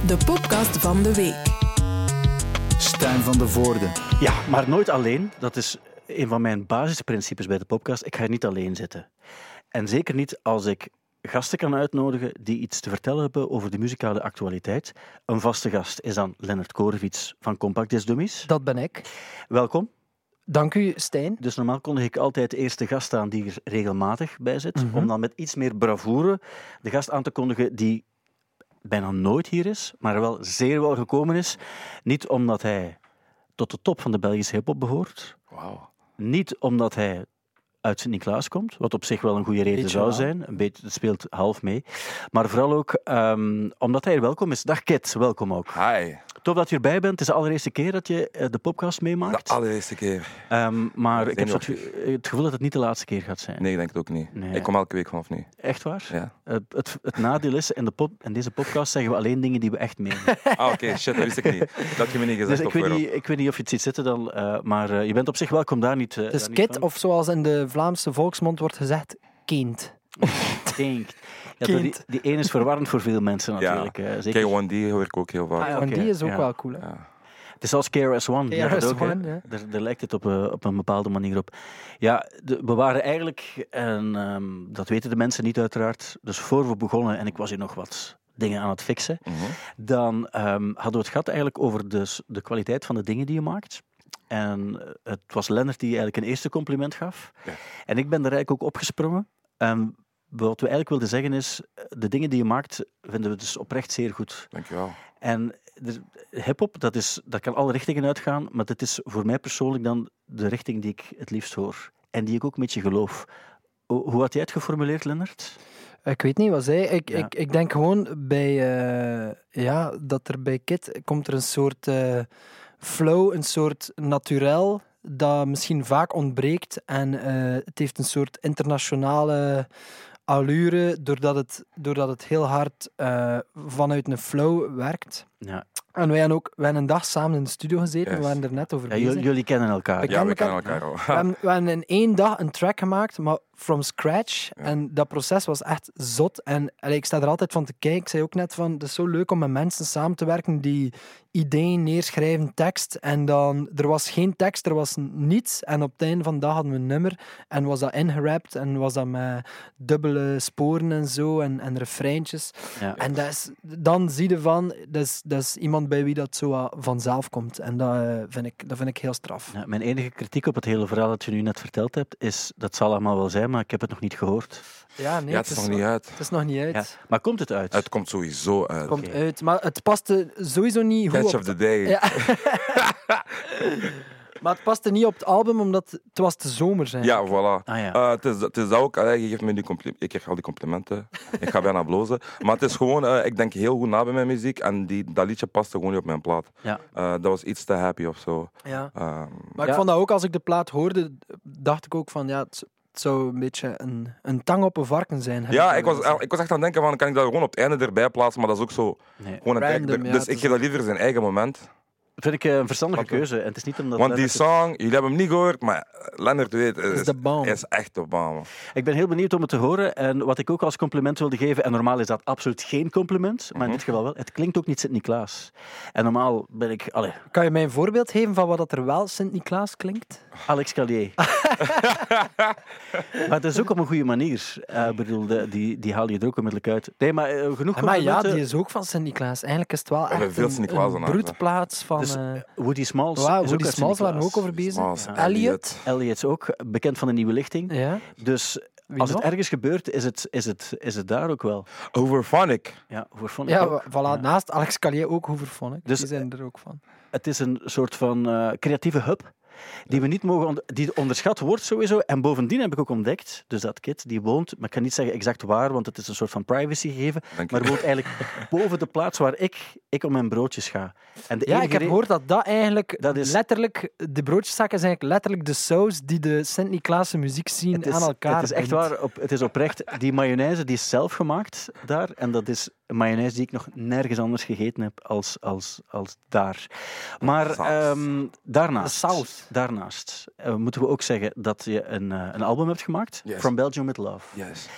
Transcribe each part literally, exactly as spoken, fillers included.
De podcast van de week. Stijn van de Voorde. Ja, maar nooit alleen. Dat is een van mijn basisprincipes bij de podcast. Ik ga niet alleen zitten. En zeker niet als ik gasten kan uitnodigen die iets te vertellen hebben over de muzikale actualiteit. Een vaste gast is dan Lennart Korevits van Compact Disc Dummies. Dat ben ik. Welkom. Dank u, Stijn. Dus normaal kondig ik altijd de eerste gast aan die er regelmatig bij zit, Mm-hmm. om dan met iets meer bravoure de gast aan te kondigen die bijna nooit hier is, maar wel zeer wel gekomen is. Niet omdat hij tot de top van de Belgische hiphop behoort. Wauw. Niet omdat hij uit Sint-Niklaas komt, wat op zich wel een goede reden Beetje zou wel. zijn. Een beetje, het speelt half mee. Maar vooral ook um, omdat hij er welkom is. Dag Kit, welkom ook. Hi. Tof dat je erbij bent. Het is de allereerste keer dat je uh, de podcast meemaakt. De allereerste keer. Um, maar ik heb zo het, Zenuwachtig. ge- het gevoel dat het niet de laatste keer gaat zijn. Nee, ik denk het ook niet. Nee. Ik kom elke week vanaf nu. Echt waar? Ja. Uh, het, het nadeel is, in, de pod, in deze podcast zeggen we alleen dingen die we echt menen. Ah, oké. Okay, shit, dat wist ik niet. Dat had je me niet gezegd. Dus ik op weet, voorhand. niet, ik weet niet of je het ziet zitten dan, uh, maar uh, je bent op zich welkom daar niet. Uh, Het is daar niet kid, van. of zoals in de Vlaamse volksmond wordt gezegd, kind. Denk. Ja, Kind. die, die ene is verwarrend voor veel mensen natuurlijk. Ja. Uh, zeker. K one D hoor ik ook heel vaak. Ah, ja. En oké, die is ook ja. wel cool, hè? Ja. Het is als K R S One. die had het ook, hè. K R S One, ja. Daar, daar lijkt het op, uh, op een bepaalde manier op. Ja, de, we waren eigenlijk, en um, dat weten de mensen niet uiteraard, dus voor we begonnen, en ik was hier nog wat dingen aan het fixen, Mm-hmm. dan um, hadden we het gehad eigenlijk over de, de kwaliteit van de dingen die je maakt. En het was Lennart die eigenlijk een eerste compliment gaf. Ja. En ik ben er eigenlijk ook opgesprongen. En wat we eigenlijk wilden zeggen is, de dingen die je maakt, vinden we dus oprecht zeer goed. Dankjewel. En de hip-hop, dat, is, dat kan alle richtingen uitgaan, maar dat is voor mij persoonlijk dan de richting die ik het liefst hoor. En die ik ook een beetje geloof. Hoe, hoe had jij het geformuleerd, Lennart? Ik weet niet wat zij. Ik, Ja. ik, ik denk gewoon bij, uh, ja, dat er bij Kid komt er een soort uh, flow, een soort naturel dat misschien vaak ontbreekt. En uh, het heeft een soort internationale allure, doordat het, doordat het heel hard uh, vanuit een flow werkt. Ja. En wij hebben ook wij hebben een dag samen in de studio gezeten, Yes. we waren er net over Ja, bezig. jullie, jullie kennen elkaar. Ik Ja, ken we kennen elkaar. elkaar al. We hebben, we hebben in één dag een track gemaakt, maar from scratch. Ja. En dat proces was echt zot. En allee, ik sta er altijd van te kijken. Ik zei ook net van, het is zo leuk om met mensen samen te werken die ideeën neerschrijven, tekst. En dan, er was geen tekst, er was niets. En op het einde van de dag hadden we een nummer. En was dat ingerapt en was dat met dubbele sporen en zo. En, en refreintjes. Ja. En dat is, dan zie je van, dat is, dat is iemand bij wie dat zo vanzelf komt. En dat, uh, vind, ik, dat vind ik heel straf. Ja, mijn enige kritiek op het hele verhaal dat je nu net verteld hebt, is, dat zal allemaal wel zijn, maar ik heb het nog niet gehoord. Ja, nee, Ja, het is nog niet uit. Het is nog niet uit. Ja. Maar komt het uit? Het komt sowieso uit. Het komt Oké. uit, maar het paste sowieso niet goed Catch op of the day. Ja. Maar het paste niet op het album, omdat het was te zomer zijn. Ja, voilà. Ah, ja. Uh, het, is, het is dat ook, allee, je geeft me die compli- ik krijg al die complimenten. Ik ga bijna blozen. Maar het is gewoon, uh, ik denk heel goed na bij mijn muziek en die, dat liedje paste gewoon niet op mijn plaat. Ja. Uh, dat was iets te happy of zo. Ja. Um, Maar Ja. ik vond dat ook, als ik de plaat hoorde, dacht ik ook van, ja, het, het zou een beetje een, een tang op een varken zijn. heb ja, ik ik wel was, gezegd. ik was echt aan het denken van, kan ik dat gewoon op het einde erbij plaatsen, maar dat is ook zo, Nee. gewoon een Random, kijk. ja, Dus het ik is geef dat liever zijn eigen moment. Vind ik uh, een verstandige Snap je? keuze. En het is niet omdat Want die Lennart song, jullie hebben hem niet gehoord, maar Lennart weet, Het is is, de bom. is echt de bom. het- Ik ben heel benieuwd om het te horen. En wat ik ook als compliment wilde geven, en normaal is dat absoluut geen compliment, maar in Mhm. dit geval wel, het klinkt ook niet Sint-Niklaas. En normaal ben ik... Allee, Kan je mij een voorbeeld geven van wat dat er wel Sint-Niklaas klinkt? Alex Calier. Maar het is ook op een goede manier. Uh, ik bedoel, de, die, die haal je er ook onmiddellijk uit. Nee, maar uh, genoeg Ja, maar ja, complimenten. die is ook van Sint-Niklaas. Eigenlijk is het wel hebben echt veel een, Sint-Niklaasenaars, een hè. broedplaats van... Dus, eh, Woody Smalls wow, is Woody ook uit Smalls waren we ook Sint-Niklaas. over bezig. Smalls, Ja. Elliot. Elliot ook, bekend van de Nieuwe Lichting. Ja. Dus Wie als het nog? ergens gebeurt, is het, is het, is het daar ook wel. Overphonic. Ja, voor vond ik Ja, ook. voilà, Ja. naast Alex Calier ook Hooverphonic. Dus- Die zijn er ook van. Het is een soort van uh, creatieve hub die we niet mogen on- die onderschat wordt sowieso. En bovendien heb ik ook ontdekt, dus dat Kid, die woont, maar ik kan niet zeggen exact waar, want het is een soort van privacy gegeven, Dank je. maar woont eigenlijk boven de plaats waar ik, ik om mijn broodjes ga. En de Ja, enige ik heb re- gehoord dat dat eigenlijk Dat is- letterlijk, de broodjeszakken zijn eigenlijk letterlijk de saus die de Sint-Niklaase muziek zien het is, aan elkaar het is echt brengt. waar, op, het is oprecht. Die mayonaise die is zelf gemaakt daar, en dat is een mayonaise die ik nog nergens anders gegeten heb als, als, als daar. Maar Saus. um, daarnaast, De saus. daarnaast uh, moeten we ook zeggen dat je een, uh, een album hebt gemaakt, Yes. From Belgium with Love. Yes.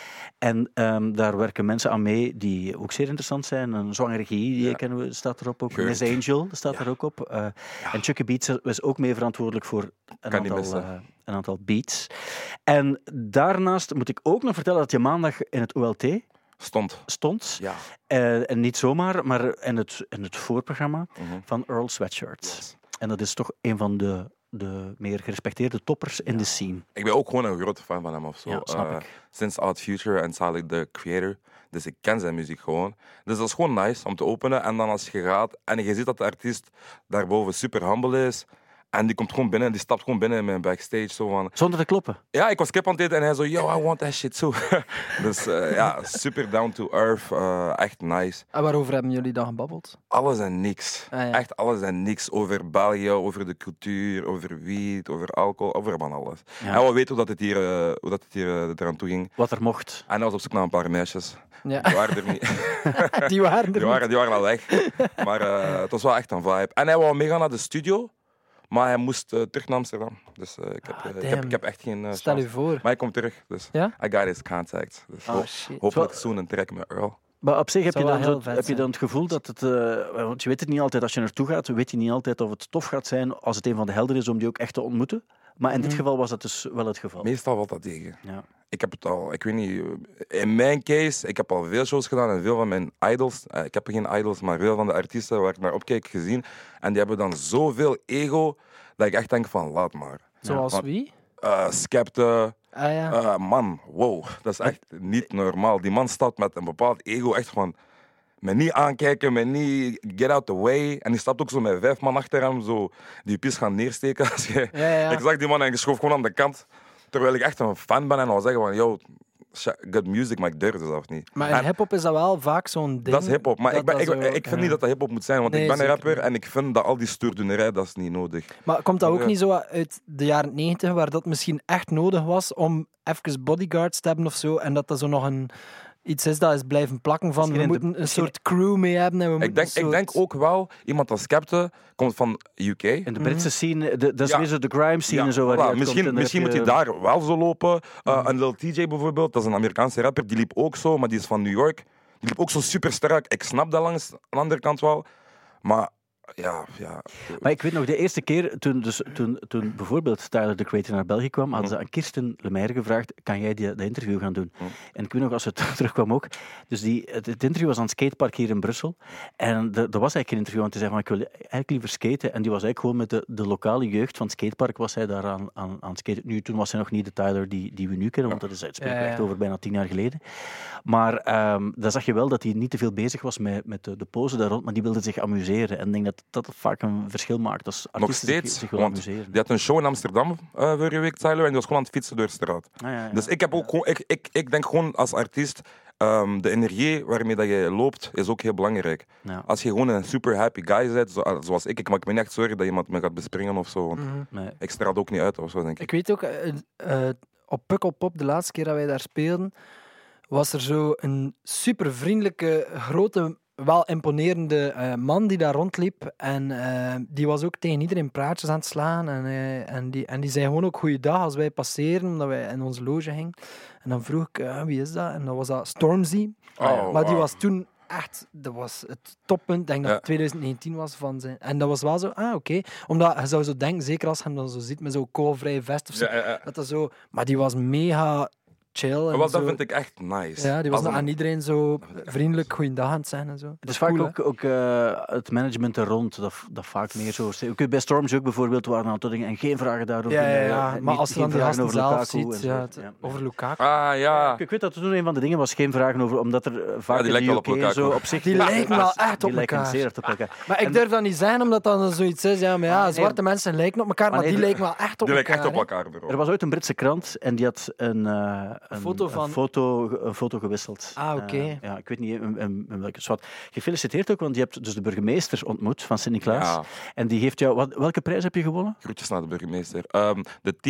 En um, daar werken mensen aan mee die ook zeer interessant zijn. Een zwangere G I, die Ja. kennen we, staat erop ook. Geurt. Miss Angel staat er ook op. Uh, ja. En Chucky Beats was ook mee verantwoordelijk voor een Kan niet aantal, missen. uh, een aantal beats. En daarnaast moet ik ook nog vertellen dat je maandag in het O L T Stond. stond. Ja. Uh, en niet zomaar, maar in het, in het voorprogramma Mhm. van Earl Sweatshirt. Yes. En dat is toch een van de, de meer gerespecteerde toppers in de scene. Ik ben ook gewoon een grote fan van hem of zo. Ja, snap Uh, ik. Sinds Odd Future en Sally the Creator. Dus ik ken zijn muziek gewoon. Dus dat is gewoon nice om te openen. En dan als je gaat en je ziet dat de artiest daarboven super humble is. En die komt gewoon binnen, die stapt gewoon binnen in mijn backstage. Zo van, Zonder te kloppen. ja, ik was kip aan het eten en hij zo, yo, I want that shit too. Dus uh, ja, super down to earth. Uh, echt nice. En waarover hebben jullie dan gebabbeld? Alles en niks. Ah, ja. Echt alles en niks. Over België, over de cultuur, over wiet, over alcohol, over van alles. Ja. En we weten hoe dat het hier, uh, hoe dat het hier uh, eraan toe ging. Wat er mocht. En hij was op zoek naar een paar meisjes. Ja. Die waren er niet. Die waren er Die niet. waren, die waren al weg. Maar uh, het was wel echt een vibe. En hij wou meegaan naar de studio, maar hij moest uh, terug naar Amsterdam. Dus uh, ik, heb, uh, Ah, ik, heb, damn. ik heb echt geen uh, Stel je chance. voor. Maar hij komt terug. Dus Ja? I got his contact. Dus Oh ho- shit. hopelijk Wel- soon een track met Earl. Maar op zich heb je, Zou dan, wel zo, heel vet heb je zijn. dan het gevoel dat het... Uh, want je weet het niet altijd, als je naartoe gaat, weet je niet altijd of het tof gaat zijn als het een van de helden is om die ook echt te ontmoeten. Maar in dit Mhm. geval was dat dus wel het geval. Meestal valt dat tegen. Ja. Ik heb het al, ik weet niet, in mijn case, ik heb al veel shows gedaan en veel van mijn idols, eh, ik heb geen idols, maar veel van de artiesten waar ik naar opkijk gezien. En die hebben dan zoveel ego, dat ik echt denk van, laat maar. Zoals Want- wie? Uh, Skepta, Ah ja. uh, man, wow, dat is echt niet normaal. Die man staat met een bepaald ego, echt van, me niet aankijken, me niet get out the way. En die staat ook zo met vijf man achter hem, zo die pies gaan neersteken. Als je, ja, ja. Ik zag die man en ik schoof gewoon aan de kant. Terwijl ik echt een fan ben en al zeggen van, yo, good music, maar ik durf het zelf niet. Maar En in hip-hop is dat wel vaak zo'n ding. dat is hip-hop. Maar dat ik, ben, ik, dat zo- ik vind ja. niet dat dat hip-hop moet zijn, want Nee, ik ben een zeker rapper niet. en ik vind dat al die stoerdoenerij, dat is niet nodig. Maar komt dat ook Ja. niet zo uit de jaren negentig, waar dat misschien echt nodig was om even bodyguards te hebben of zo, en dat dat zo nog een iets is dat is blijven plakken van, we Misschien in de- moeten een misschien- soort crew mee hebben en we moeten Ik denk, een soort... ik denk ook wel, iemand als Skepta komt van U K. In de Britse scene, de, dat is Ja. weer zo de grime scene Ja, en zo. Waar voilà. die uitkomt. misschien En dan misschien heb moet je- hij daar wel zo lopen. Uh, Een Lil T J bijvoorbeeld, dat is een Amerikaanse rapper, die liep ook zo, maar die is van New York. Die liep ook zo super sterk. Ik snap dat langs aan de andere kant wel. Maar ja, ja. Maar ik weet nog, de eerste keer toen, dus, toen, toen bijvoorbeeld Tyler, the Creator, naar België kwam, hadden ze aan Kirsten Lemaire gevraagd, kan jij die, dat interview gaan doen? Mhm. En ik weet nog, als ze t- terugkwam ook, dus die, het, het interview was aan het skatepark hier in Brussel. En de- er was eigenlijk geen interview, want hij zei van, ik wil eigenlijk liever skaten. En die was eigenlijk gewoon met de, de lokale jeugd van het skatepark, was hij daar aan, aan, aan het skaten. Nu, toen was hij nog niet de Tyler die, die we nu kennen, want dat is het spreken we Ja, ja. echt over bijna tien jaar geleden. Maar ehm dan zag je wel dat hij niet te veel bezig was met, met de, de pose daar rond, maar die wilde zich amuseren. En ik denk dat dat vaak een verschil maakt als Nog artiesten zich- steeds, zich willen want amuseren. die had een show in Amsterdam uh, vorige week, Tyler, en die was gewoon aan het fietsen door de straat. Ah, ja, ja. Dus ik, heb ook gewoon, ik, ik, ik denk gewoon als artiest, um, de energie waarmee dat je loopt, is ook heel belangrijk. Ja. Als je gewoon een super happy guy bent, zo, zoals ik, ik maak me niet echt zorgen dat iemand me gaat bespringen of zo. Want Mhm. Nee. ik straal ook niet uit of zo, denk ik. Ik weet ook, eh, eh, op Pukkelpop, de laatste keer dat wij daar speelden, was er zo een super vriendelijke, grote, wel imponerende eh, man die daar rondliep. En eh, die was ook tegen iedereen praatjes aan het slaan. En, eh, en, die, en die zei gewoon ook goeiedag als wij passeren, omdat wij in onze loge gingen. En dan vroeg ik, eh, wie is dat? En dan was dat Stormzy. Oh, maar die wow. was toen echt, dat was het toppunt. Ik denk dat Ja. het twintig negentien was van zijn. En dat was wel zo, ah oké. Omdat je zou zo denken, zeker als je hem dan zo ziet met zo'n koolvrije vest of zo, Ja, ja, ja. dat dat zo... Maar die was mega chill. En Maar wat, dat zo. vind ik echt nice. Ja, die was Als een- aan iedereen zo vind ik echt vriendelijk goeiedag aan het zijn en zo. Het Dat is vaak cool, ook, ook eh, het management er rond dat, dat vaak meer zo... Ook bij Storms ook bijvoorbeeld waren een aantal dingen en geen vragen daarover. hè. Ja, ja, Eh, ja. niet- Maar als je geen dan die vragen gasten over zelf Lukaku en ziet, zo. ja, het- Ja. over Lukaku. Ah, ja. Ik weet dat het toen een van de dingen was, geen vragen over, omdat er eh, vaak die in lijken de wel op U K elkaar, zo hoor. op zich... Die lijken wel echt die op lijken elkaar. zeer op elkaar. Maar ik En- durf dat niet zeggen, omdat dat dan zoiets is. Ja, maar ja, Maar nee, zwarte mensen lijken op elkaar, maar maar nee, die de- lijken wel echt op Die lijken elkaar. echt op hè. elkaar, bro. Er was ooit een Britse krant en die had een, eh, een, foto van- een, foto, een foto gewisseld. Ah, oké. Eh, ja, ik weet niet in, in, in welke soort. Gefeliciteerd ook, want je hebt dus de burgemeester ontmoet van Sint-Niklaas. Ja. En die heeft jou... Wat, welke prijs heb je gewonnen? Groetjes naar de burgemeester. Ehm, de tien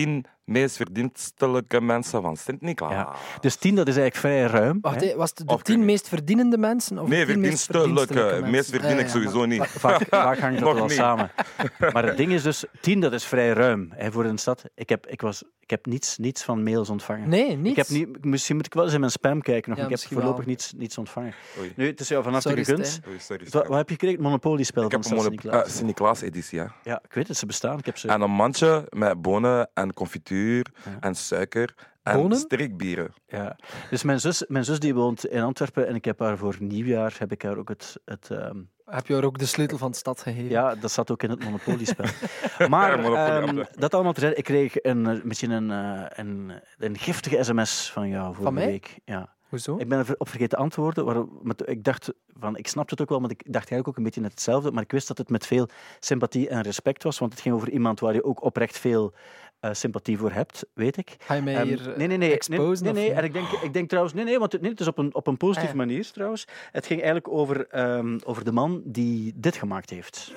meest verdienstelijke mensen van Sint-Niklaas. Ja. Dus tien, dat is eigenlijk vrij ruim. Wacht, hè? hè, was het de Of tien kun je- meest verdienende mensen? Of Nee, de tien meest verdienstelijke. verdienstelijke Meest mensen? verdien ik Ah, ja, sowieso maar- niet. Vaak, vaak hangt dat Nog wel niet. samen. Maar het ding is dus, tien, dat is vrij ruim hè, voor een stad. Ik heb, ik was, ik heb niets, niets van mails ontvangen. Nee, niet. Ik heb niet, misschien moet ik wel eens in mijn spam kijken nog. Ja, ik heb misschien voorlopig wel. niets, niets ontvangen. Oei. Nu, het is jou van harte Sorry, gegund. Stijn. Oei, sorry, Wat, wat heb je gekregen? Het Monopoly-spel Ik van heb een Stad mono- Sint-Niklaas. eh, Sint-Niklaas-editie, hè. Ja, ik weet het, ze bestaan. Ik heb ze... En een mandje met bonen en confituur Ja. en suiker en Bonen? streekbieren. Ja. Dus mijn zus, mijn zus die woont in Antwerpen en ik heb haar voor nieuwjaar heb ik haar ook het... het ehm, Heb je haar ook de sleutel van de stad gegeven? ja, dat zat ook in het Monopoly-spel. Maar Ja, Monopoly, ehm, Antwerpen. dat allemaal terzijde. Ik kreeg een, eh, misschien een, eh, een, een giftige sms van jou vorige Van mij? week. Ja. Hoezo? Ik ben er op vergeten te antwoorden. Waarom, met- ik dacht van, ik snapte het ook wel, want ik dacht eigenlijk ook een beetje hetzelfde. Maar ik wist dat het met veel sympathie en respect was, want het ging over iemand waar je ook oprecht veel eh, sympathie voor hebt, weet ik. Ga je mij Ehm, hier eh, nee, nee, nee, nee, exposen? nee, of nee. niet? En ik denk, ik denk trouwens, nee, nee, want het, nee, het is op een, op een positieve Ah, ja. manier trouwens. Het ging eigenlijk over, ehm, over de man die dit gemaakt heeft.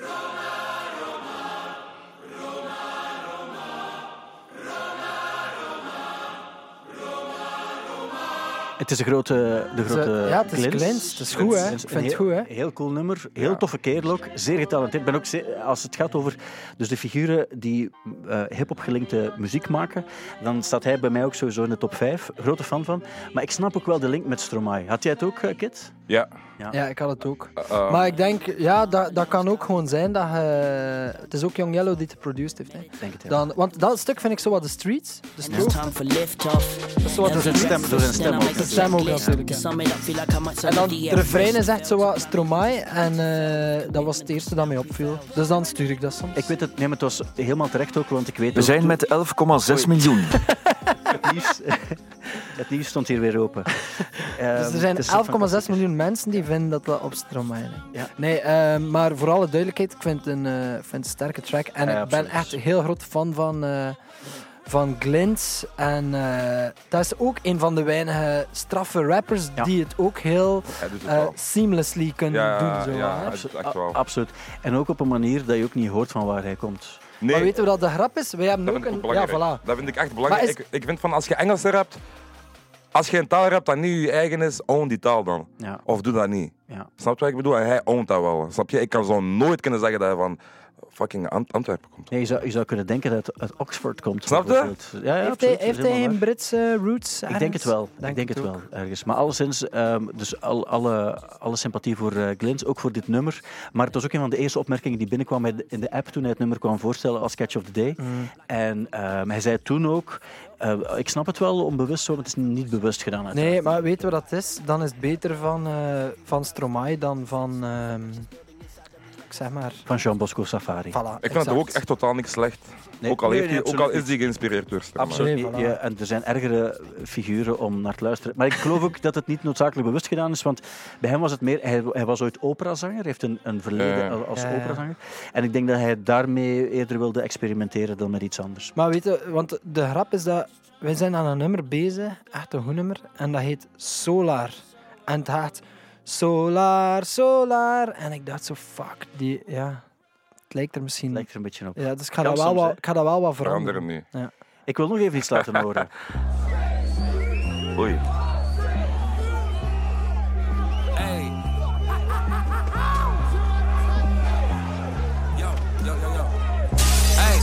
Het is de grote, de grote ja, het is Glins. Glins. Het is goed, hè? Het Ik is vind een het heel- goed, hè? Heel cool nummer. Heel Ja. toffe kerel ook. Zeer getalenteerd. Ik ben ook zeer- als het gaat over dus de figuren die eh hip-hop gelinkte muziek maken, dan staat hij bij mij ook sowieso in de top vijf. Grote fan van. Maar ik snap ook wel de link met Stromae. Had jij het ook, eh, Kit? Ja. Ja, ik had het ook. eh, Maar ik denk, ja, dat, dat kan ook gewoon zijn dat je... Het is ook Young Yellow die het produced heeft. Hè. Ik denk het, ja. Dan, want dat stuk vind ik zo wat de streets. De It's strofe. time for lift off. Dat is zo wat de zijn streets. stem, door zijn stem ook. De stem ook natuurlijk, ja. En dan de refrein is echt zo wat Stromae. En eh, dat was het eerste dat mij opviel. Dus dan stuur ik dat soms. Ik weet het, nee, maar het was helemaal terecht ook, want ik weet We ook zijn toen- met elf komma zes miljoen. het nieuws, het nieuws stond hier weer open. Ehm, Dus er zijn het is elf komma zes fantastisch. miljoen mensen die vinden dat dat op Stromae lijkt. Ja. Nee, eh, maar voor alle duidelijkheid, ik vind het een, eh, vind het een sterke track. En Ja, ik ben absoluut. echt een heel groot fan van, eh van Glintz. En eh, dat is ook een van de weinige straffe rappers Ja. die het ook heel hij doet het eh, wel. seamlessly kunnen Ja, doen. Zo, ja, hè. hij Abso- doet het echt wel. a- absoluut. En ook op een manier dat je ook niet hoort van waar hij komt. Nee, Maar weten we dat de grap is? Wij hebben dat ook vind ik een... ook Ja, belangrijk. voilà. Dat vind ik echt belangrijk. Maar is- Ik, ik vind van, als je Engels rapt, als je een taal rapt dat niet je eigen is, own die taal dan. Ja, Of doe dat niet. ja. Snap je wat ik bedoel? En hij ownt dat wel. Snap je? Ik kan zo nooit kunnen zeggen dat hij van fucking Ant- Antwerpen komt. Nee, je, zou, je zou kunnen denken dat het uit Oxford komt. Snap je? bijvoorbeeld. Ja, ja, Heeft hij, absoluut, heeft dat hij is helemaal geen Britse roots? waar. Ik denk het wel. ik denk het, wel, ergens. Maar alleszins, ehm, dus al, alle, alle sympathie voor uh, Glintz, ook voor dit nummer. Maar het was ook een van de eerste opmerkingen die binnenkwam in de- in de app toen hij het nummer kwam voorstellen als Catch of the Day. Mm. En ehm, hij zei toen ook, uh, ik snap het wel onbewust zo, maar het is niet bewust gedaan. uiteraard. Nee, maar weten we wat het is? Dan is het beter van, eh, van Stromae dan van... ehm, ik zeg maar... Van Jean Bosco Safari. Voilà, Ik vind het ook echt totaal niet slecht. Nee, ook, al nee, heeft nee, hij, ook al absoluut is hij geïnspireerd door Stromae. Absoluut Nee, niet. voilà. Ja, en er zijn ergere figuren om naar te luisteren. Maar ik geloof ook dat het niet noodzakelijk bewust gedaan is, want bij hem was het meer... Hij, hij was ooit operazanger, heeft een, een verleden Ja. als Ja, ja. operazanger. En ik denk dat hij daarmee eerder wilde experimenteren dan met iets anders. Maar weet je, want de grap is dat wij zijn aan een nummer bezig, echt een goed nummer, en dat heet Solar. En het gaat Solar, Solar. En ik dacht zo, fuck, die, ja, het lijkt er misschien... Het lijkt er een beetje op. Ja, dus ik ga, Kan dat wel, soms, wat, hè. ik ga dat wel wat veranderen. Veranderen nu. Ik wil nog even iets laten horen. Oei. Hey. Yo, yo, yo, yo. Hey.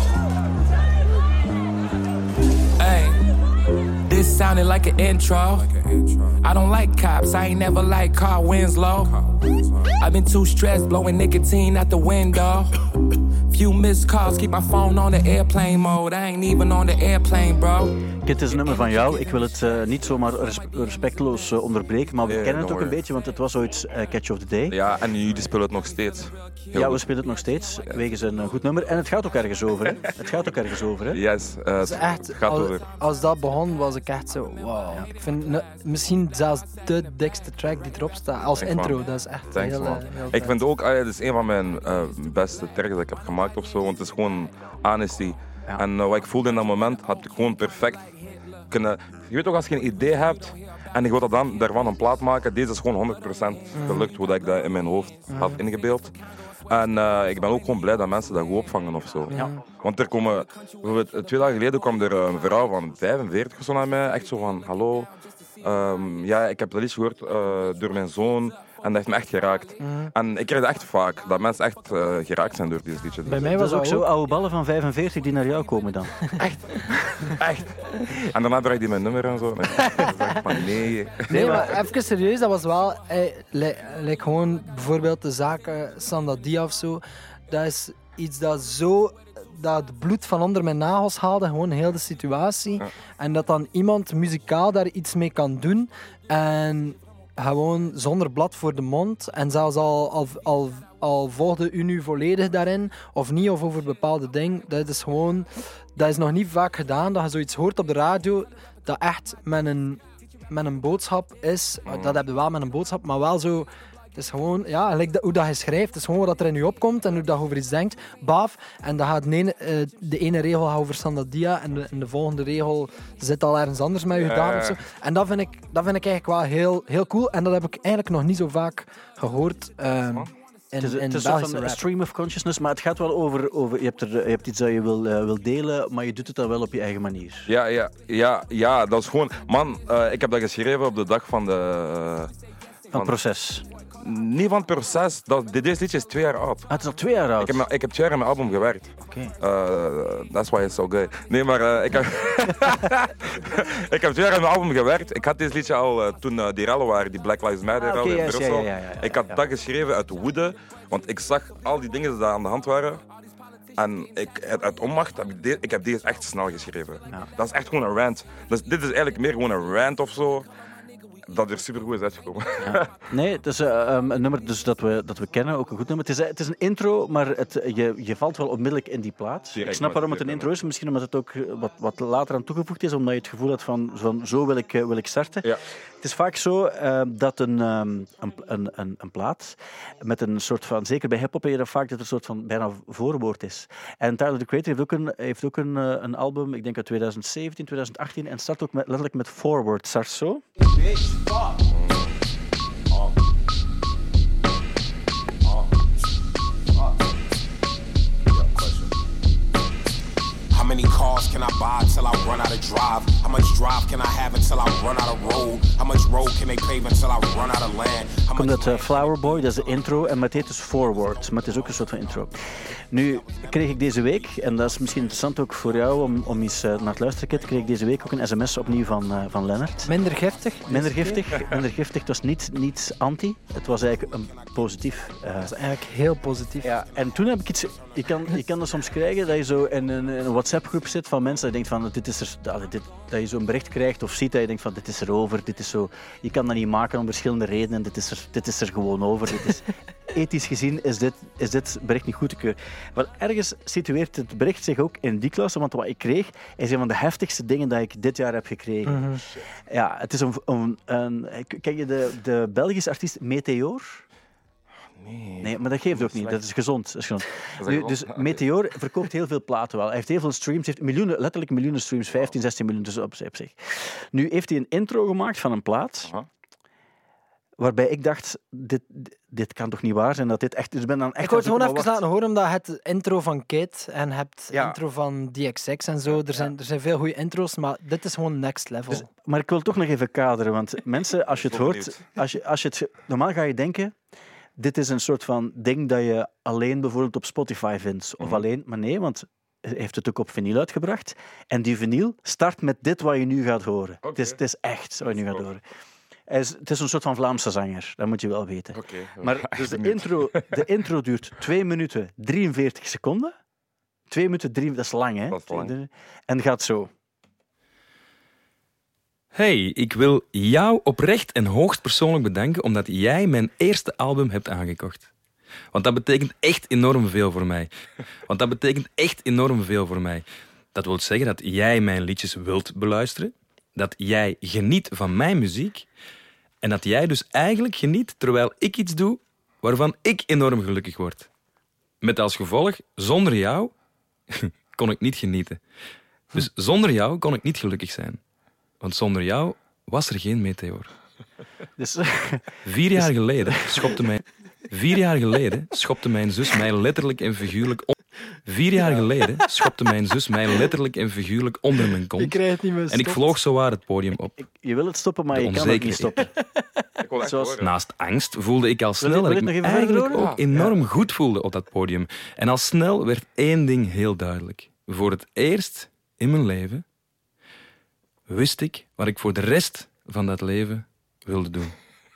Hey. This sounded like an intro. I don't like cops. I ain't never liked Carl Winslow. I've been too stressed, blowing nicotine out the window. Few missed calls, keep my phone on the airplane mode. I ain't even on the airplane, bro. Dit is een nummer van jou. Ik wil het uh, niet zomaar res- respectloos uh, onderbreken, maar we Nee, kennen het don't ook een worry. beetje, want het was ooit uh, Catch of the Day. Ja, en jullie spelen het nog steeds. Heel Ja, we goed. spelen het nog steeds, wegens een uh, goed nummer. En het gaat ook ergens over, hè? Het gaat ook ergens over, hè? Yes, uh, Dat is het echt, gaat als, over. als dat begon, was ik echt zo, wow. Ik vind ne- misschien zelfs de dikste track die erop staat, als Thanks, intro. man. Dat is echt Thanks, heel, man. eh, heel Ik vet. vind ook, uh, het is een van mijn uh, beste tracks dat ik heb gemaakt of zo, want het is gewoon honesty. Ja. En uh, wat ik voelde in dat moment had ik gewoon perfect kunnen. Je weet ook, als je een idee hebt En ik wil dat dan daarvan een plaat maken. Deze is gewoon honderd procent gelukt, hoe dat ik dat in mijn hoofd had ingebeeld. En uh, ik ben ook gewoon blij dat mensen dat goed opvangen of zo. Ja. Want er komen, bijvoorbeeld twee dagen geleden kwam er een vrouw van vijfenveertig of zo naar mij. Echt zo van, hallo, um, ja, ik heb dat liedje gehoord uh, door mijn zoon. En dat heeft me echt geraakt. Mm. En ik krijg dat echt vaak, dat mensen echt uh, geraakt zijn door dit liedje. Bij mij was was ook dat zo oude ballen van vijfenveertig die naar jou komen dan. Echt? Echt? En daarna draait hij mijn nummer en zo. Nee, dan zeg ik van nee. Nee, maar even serieus, dat was wel... Hey, like, like gewoon bijvoorbeeld de zaak uh, Sandadia of zo. Dat is iets dat zo... dat het bloed van onder mijn nagels haalde, gewoon heel de situatie. Ja. En dat dan iemand muzikaal daar iets mee kan doen. En... gewoon zonder blad voor de mond. En zelfs al, al, al, al volgde u nu volledig daarin, of niet, of over bepaalde dingen. Dat is gewoon... Dat is nog niet vaak gedaan, dat je zoiets hoort op de radio, dat echt met een, met een boodschap is. Dat heb je wel met een boodschap, maar wel zo... Het is gewoon, ja, like dat, hoe dat je schrijft. Het is gewoon wat er in je opkomt en hoe dat je over iets denkt. Baaf. En dan gaat de ene, uh, de ene regel gaat over Sandadia en de, en de volgende regel zit al ergens anders met je gedaan. Of zo. En dat vind, ik, dat vind ik eigenlijk wel heel, heel cool. En dat heb ik eigenlijk nog niet zo vaak gehoord. Um, In, het is, het is een soort van stream of consciousness, maar het gaat wel over... over je, hebt er, je hebt iets dat je wil, uh, wil delen, maar je doet het dan wel op je eigen manier. Ja, ja, ja, ja dat is gewoon... Man, uh, ik heb dat geschreven op de dag van de... Uh, van het proces. Niet van het proces. Dat, deze liedje is twee jaar oud. Ah, het is al twee jaar oud? Ik heb, ik heb twee jaar aan mijn album gewerkt. Oké. Okay. Uh, that's why it's so good. Nee, maar uh, ik, heb ik heb twee jaar aan mijn album gewerkt. Ik had dit liedje al uh, toen uh, die rellen waren, die Black Lives Matter ah, okay, in yes, Brussel. Ja, ja, ja, ja, ik had ja. dat geschreven uit woede, want ik zag al die dingen die daar aan de hand waren. En ik, uit onmacht heb ik, de, ik heb deze echt snel geschreven. Ja. Dat is echt gewoon een rant. Dus dit is eigenlijk meer gewoon een rant of zo. Dat er supergoed is uitgekomen. Ja. Nee, het is uh, um, een nummer dus dat, we, dat we kennen, ook een goed nummer. Het is, het is een intro, maar het, je, je valt wel onmiddellijk in die plaat. Direct, ik snap waarom het een intro is, misschien omdat het ook wat, wat later aan toegevoegd is, omdat je het gevoel hebt van, van zo wil ik, uh, wil ik starten. Ja. Het is vaak zo uh, dat een, um, een, een, een, een plaat met een soort van, zeker bij hip-hop, heb je dat vaak dat er een soort van bijna voorwoord is. En Tyler, the Creator, heeft ook een, heeft ook een, uh, een album, ik denk uit twintig zeventien, twintig achttien, en start ook met, letterlijk met forward. Start zo. Bitch, fuck. Oh. Oh. Oh. Yeah, question. How many cars can I buy till I run out of drive? How much drive can I have until I run out of road? How much road can they pave until I run out of land? Komt uit uh, Flower Boy, dat is de intro, en het heet dus Forward, maar het is ook een soort van intro. Nu kreeg ik deze week, en dat is misschien interessant ook voor jou om, om eens uh, naar het luisteren, kreeg ik deze week ook een sms opnieuw van, uh, van Lennart. Minder giftig? Minder giftig, minder giftig. Het was niet, niet anti, het was eigenlijk een positief. Uh, het was eigenlijk heel positief. Ja, en toen heb ik iets, je kan, je kan dat soms krijgen, dat je zo in een, in een WhatsApp-groep zit van mensen, dat je denkt van, dit is er, dat, dit, dat je zo'n bericht krijgt of ziet, dat je denkt van, dit is er over, dit is zo, je kan dat niet maken om verschillende redenen, dit is er, dit is er gewoon over, dit is... Ethisch gezien is dit, is dit bericht niet goed te keuren. Maar ergens situeert het bericht zich ook in die klasse, want wat ik kreeg is een van de heftigste dingen dat ik dit jaar heb gekregen. Mm-hmm. Ja, het is een... een, een ken je de, de Belgische artiest Meteor? Nee. Nee, maar dat geeft ook niet. Dat is gezond. Dat is gezond. Nu, dus Meteor verkoopt heel veel platen wel. Hij heeft heel veel streams. Hij heeft miljoenen, letterlijk miljoenen streams. vijftien, zestien miljoen dus op zich. Nu heeft hij een intro gemaakt van een plaat... Uh-huh. Waarbij ik dacht, dit, dit kan toch niet waar zijn dat dit echt... Dus ben dan echt ik wou het gewoon even laten horen, omdat je het intro van Kid en hebt ja. intro van D X X en zo. Er zijn, ja. er zijn veel goede intro's, maar dit is gewoon next level. Dus, maar ik wil toch nog even kaderen, want mensen, als je het hoort... Als je, als je het, normaal ga je denken, dit is een soort van ding dat je alleen bijvoorbeeld op Spotify vindt. Of mm. alleen, maar nee, want hij heeft het ook op vinyl uitgebracht. En die vinyl start met dit wat je nu gaat horen. Okay. Het, is, het is echt wat je nu gaat horen. Hij is, het is een soort van Vlaamse zanger, dat moet je wel weten. Okay, maar dus de intro, de intro duurt twee minuten drieënveertig seconden. twee minuten drie, dat is lang, hè? Dat is lang. En gaat zo. Hey, ik wil jou oprecht en hoogst persoonlijk bedanken omdat jij mijn eerste album hebt aangekocht. Want dat betekent echt enorm veel voor mij. Want dat betekent echt enorm veel voor mij. Dat wil zeggen dat jij mijn liedjes wilt beluisteren, dat jij geniet van mijn muziek en dat jij dus eigenlijk geniet terwijl ik iets doe waarvan ik enorm gelukkig word. Met als gevolg, zonder jou kon ik niet genieten. Dus zonder jou kon ik niet gelukkig zijn. Want zonder jou was er geen meteoor. Dus, Vier jaar geleden schopte mijn... Vier jaar geleden schopte mijn zus mij letterlijk en figuurlijk... On... Vier jaar geleden schopte mijn zus mij letterlijk en figuurlijk onder mijn Ik kont. krijg het niet meer En ik vloog zowaar het podium op. ik, je wil het stoppen, maar De je kan het niet onzekerheid. stoppen. Ik wil echt Zoals- horen. Naast angst voelde ik al Wil snel je- dat wil ik je me het nog even verder eigenlijk horen? ook enorm goed voelde op dat podium. En al snel werd één ding heel duidelijk. Voor het eerst in mijn leven wist ik wat ik voor de rest van dat leven wilde doen.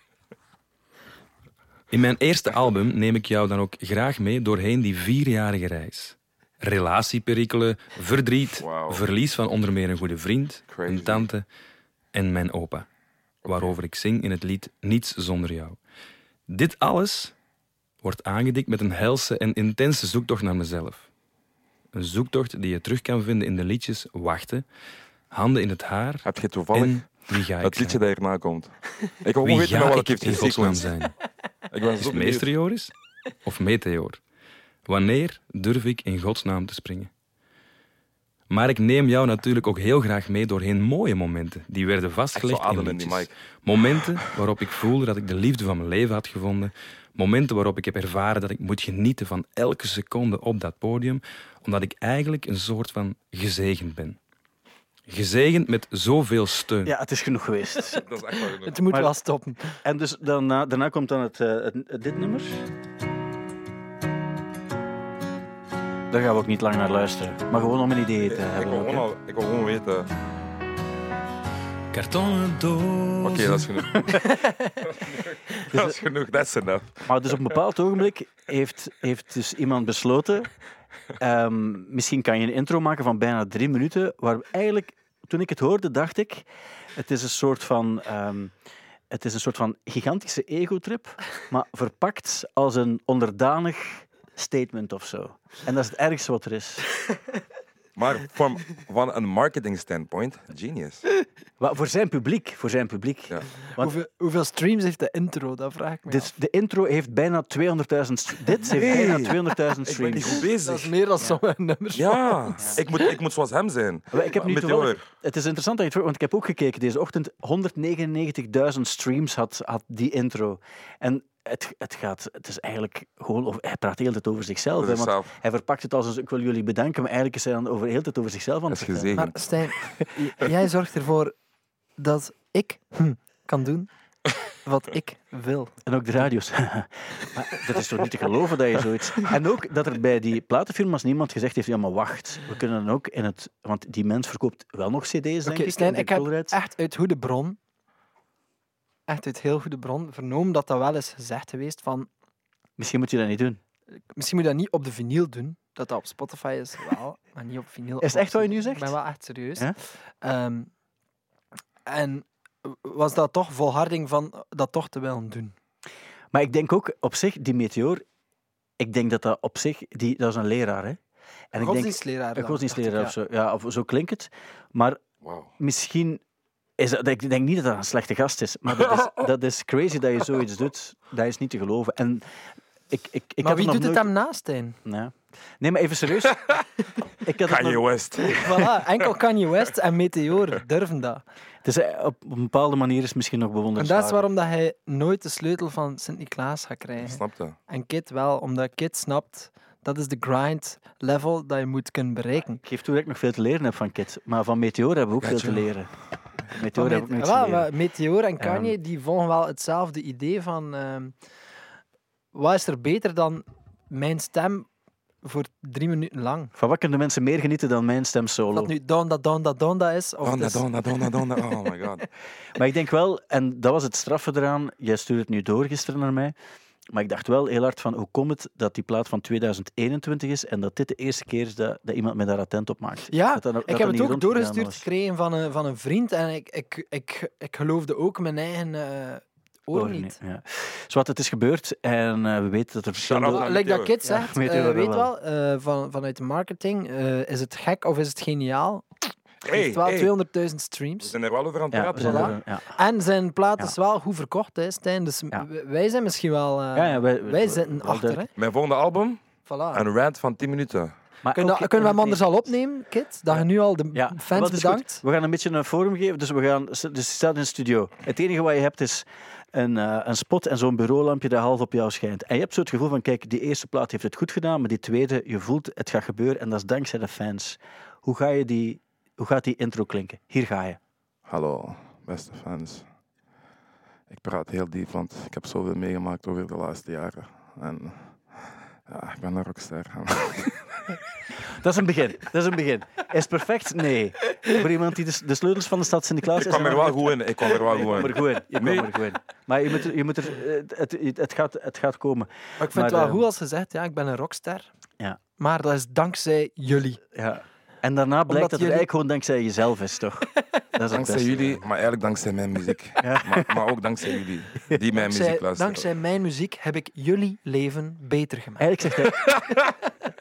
In mijn eerste album neem ik jou dan ook graag mee doorheen die vierjarige reis. Relatieperikelen, verdriet, Wauw. verlies van onder meer een goede vriend, Crazy. een tante en mijn opa. Waarover ik zing in het lied Niets zonder jou. Dit alles wordt aangedikt met een helse en intense zoektocht naar mezelf. Een zoektocht die je terug kan vinden in de liedjes Wachten, Handen in het haar Heb je toevallig en Wie ga ik het liedje zijn? dat hierna komt? Ik wil Wie gewoon weten ga wat ik het heeft in godsnaam gesequenced. zijn? Ik ben Is zo het benieuwd. Meester Joris of Meteor? Wanneer durf ik in godsnaam te springen? Maar ik neem jou natuurlijk ook heel graag mee doorheen mooie momenten. Die werden Echt zo vastgelegd in ademen in die liedjes. mic. Momenten waarop ik voelde dat ik de liefde van mijn leven had gevonden. Momenten waarop ik heb ervaren dat ik moet genieten van elke seconde op dat podium. Omdat ik eigenlijk een soort van gezegend ben. Gezegend met zoveel steun. Ja, het is genoeg geweest. Dat is echt wel genoeg. Het moet Maar- wel stoppen. En dus daarna, daarna komt dan het, eh, het, het- dit nummer. Daar gaan we ook niet lang naar luisteren. Maar gewoon om een idee te Ik hebben. wil ook, gewoon, hè. al, ik wil gewoon weten. Kartonnen doos. Oké, dat is genoeg. dat is genoeg, that's enough. Maar dus op een bepaald ogenblik heeft, heeft dus iemand besloten... ehm, misschien kan je een intro maken van bijna drie minuten, waar eigenlijk, toen ik het hoorde, dacht ik... Het is een soort van... ehm, het is een soort van gigantische egotrip, maar verpakt als een onderdanig statement of zo. En dat is het ergste wat er is. Maar van, van een marketing standpoint, genius. Maar voor zijn publiek, voor zijn publiek. Ja. Want- Hoeveel, hoeveel streams heeft de intro? Dat vraag ik me af. Dit, de intro heeft bijna tweehonderdduizend... st- Dit heeft Nee. bijna tweehonderdduizend Ik ben niet streams. goed Dat is bezig. meer dan sommige nummers. Ja, ik moet, ik moet zoals hem zijn. Maar ik heb nu Meteor. toevallig- Het is interessant dat je het vroeg, want ik heb ook gekeken deze ochtend. honderdnegenennegentigduizend streams had, had die intro. En het, het gaat... Het is eigenlijk gewoon... Over, hij praat de hele tijd over zichzelf. Over hè, want zichzelf. hij verpakt het als een... Ik wil jullie bedanken, maar eigenlijk is hij dan over, de hele tijd over zichzelf aan Dat het is vertellen. gezegend. Maar Stijn, j- jij zorgt ervoor dat ik hm, kan doen wat ik wil. En ook de radio's. Maar dat is toch niet te geloven dat je zoiets... En ook dat er bij die platenfirma's niemand gezegd heeft, ja, maar wacht, we kunnen dan ook in het... Want die mens verkoopt wel nog cd's, denk Oké, ik. Stijn, en ik die heb Colruyt. echt uit goede bron, echt uit heel goede bron, vernomen dat dat wel is gezegd geweest van, Misschien moet je dat niet doen. misschien moet je dat niet op de vinyl doen, dat dat op Spotify is wel, maar niet op vinyl. Is het echt wat je nu zegt? Ik ben wel echt serieus. Ja? Ehm, en was dat toch volharding van dat toch te willen doen? Maar ik denk ook op zich, die Meteor, ik denk dat dat op zich, die, dat is een leraar, hè? En ik denk, Godsdienstleraar. een dan, godsdienstleraar dacht of ik, zo. Ja, of zo klinkt het. Maar Wauw. misschien is dat, ik denk niet dat dat een slechte gast is, maar dat is, dat is crazy dat je zoiets doet. Dat is niet te geloven. En ik, ik, ik maar heb wie nog doet het nooit... hem naast, Stijn? Ja. Nee, maar even serieus. ik had het Kanye nog... West. Voilà, enkel Kanye West en Meteor durven dat. Dus eh, op een bepaalde manier is het misschien nog En bewonderenswaardig. dat is waarom dat hij nooit de sleutel van Sint-Niklaas gaat krijgen. Snap je? En Kid wel, omdat Kid snapt, dat is de grind level dat je moet kunnen bereiken. Ik geef toe dat ik nog veel te leren heb van Kid. Maar van Meteor hebben we ook veel te leren. Meteor heb ik nog iets te Wel, leren. maar Meteor en Kanye die volgen wel hetzelfde idee van ehm, wat is er beter dan mijn stem voor drie minuten lang? Van wat kunnen mensen meer genieten dan mijn stem Of solo? dat nu Donda Donda Donda is, of Donda, het is- donda, donda, donda. Oh my god. Maar ik denk wel, en dat was het straffe eraan, jij stuurde het nu door gisteren naar mij, maar ik dacht wel heel hard van, hoe komt het dat die plaat van tweeduizend eenentwintig is en dat dit de eerste keer is dat, dat iemand mij daar attent op maakt? Ja, Dat dat- dat ik dat heb niet het ook rondgegaan doorgestuurd was. gekregen van een, van een vriend en ik, ik, ik, ik geloofde ook mijn eigen eh oor Oren niet. Ja. Zwat, het is gebeurd en uh, we weten dat er verschillende... Shout-out Like dat Meteor. Kid zegt, Ja, ja, Meteor weet wel. wel, eh, van, vanuit de marketing, eh, is het gek of is het geniaal? Het Hey, heeft wel hey. tweehonderdduizend We streams. zijn er wel over aan het Ja, we praten. zijn vandaag. er, ja. En zijn plaat Ja. is wel goed verkocht, hè, Stijn. Dus Ja. w- wij zijn misschien wel... eh, Ja, ja, wij- wij zitten wel achter, hè. duidelijk. Mijn volgende album, Voilà. een rant van tien minuten. Maar Kunnen, ook- kunnen we hem anders al opnemen, Kit? Dat je nu al de Ja, fans wat is bedankt? goed. We gaan een beetje een forum geven. Dus we gaan, dus je staat in de studio. Het enige wat je hebt is een, uh, een spot en zo'n bureaulampje dat half op jou schijnt. En je hebt zo het gevoel van, kijk, die eerste plaat heeft het goed gedaan, maar die tweede, je voelt, het gaat gebeuren en dat is dankzij de fans. Hoe, ga je die, hoe gaat die intro klinken? Hier ga je. Hallo, beste fans. Ik praat heel diep, want ik heb zoveel meegemaakt over de laatste jaren. En ja, ik ben een rockster. Dat is een begin. Dat is een begin. Is het perfect? Nee. Voor iemand die de, de sleutels van de stad Sint-Niklaas... Ik kwam er wel goed in. Ik kwam er wel Je goed kwam in. er goed in. Je kwam Nee. er goed in. Maar je moet er... Je moet er het, het, het, gaat, het gaat komen. Maar ik vind Maar, het wel eh, goed als je zegt, ja, ik ben een rockster. Ja. Maar dat is dankzij jullie. Ja. En daarna blijkt dat het jullie- eigenlijk gewoon dankzij jezelf is, toch? Dat is het Dankzij beste. jullie, maar eigenlijk dankzij mijn muziek. Maar, maar ook dankzij jullie, die mijn Dankzij, muziek luisteren. dankzij mijn muziek heb ik jullie leven beter gemaakt. Eigenlijk zegt hij...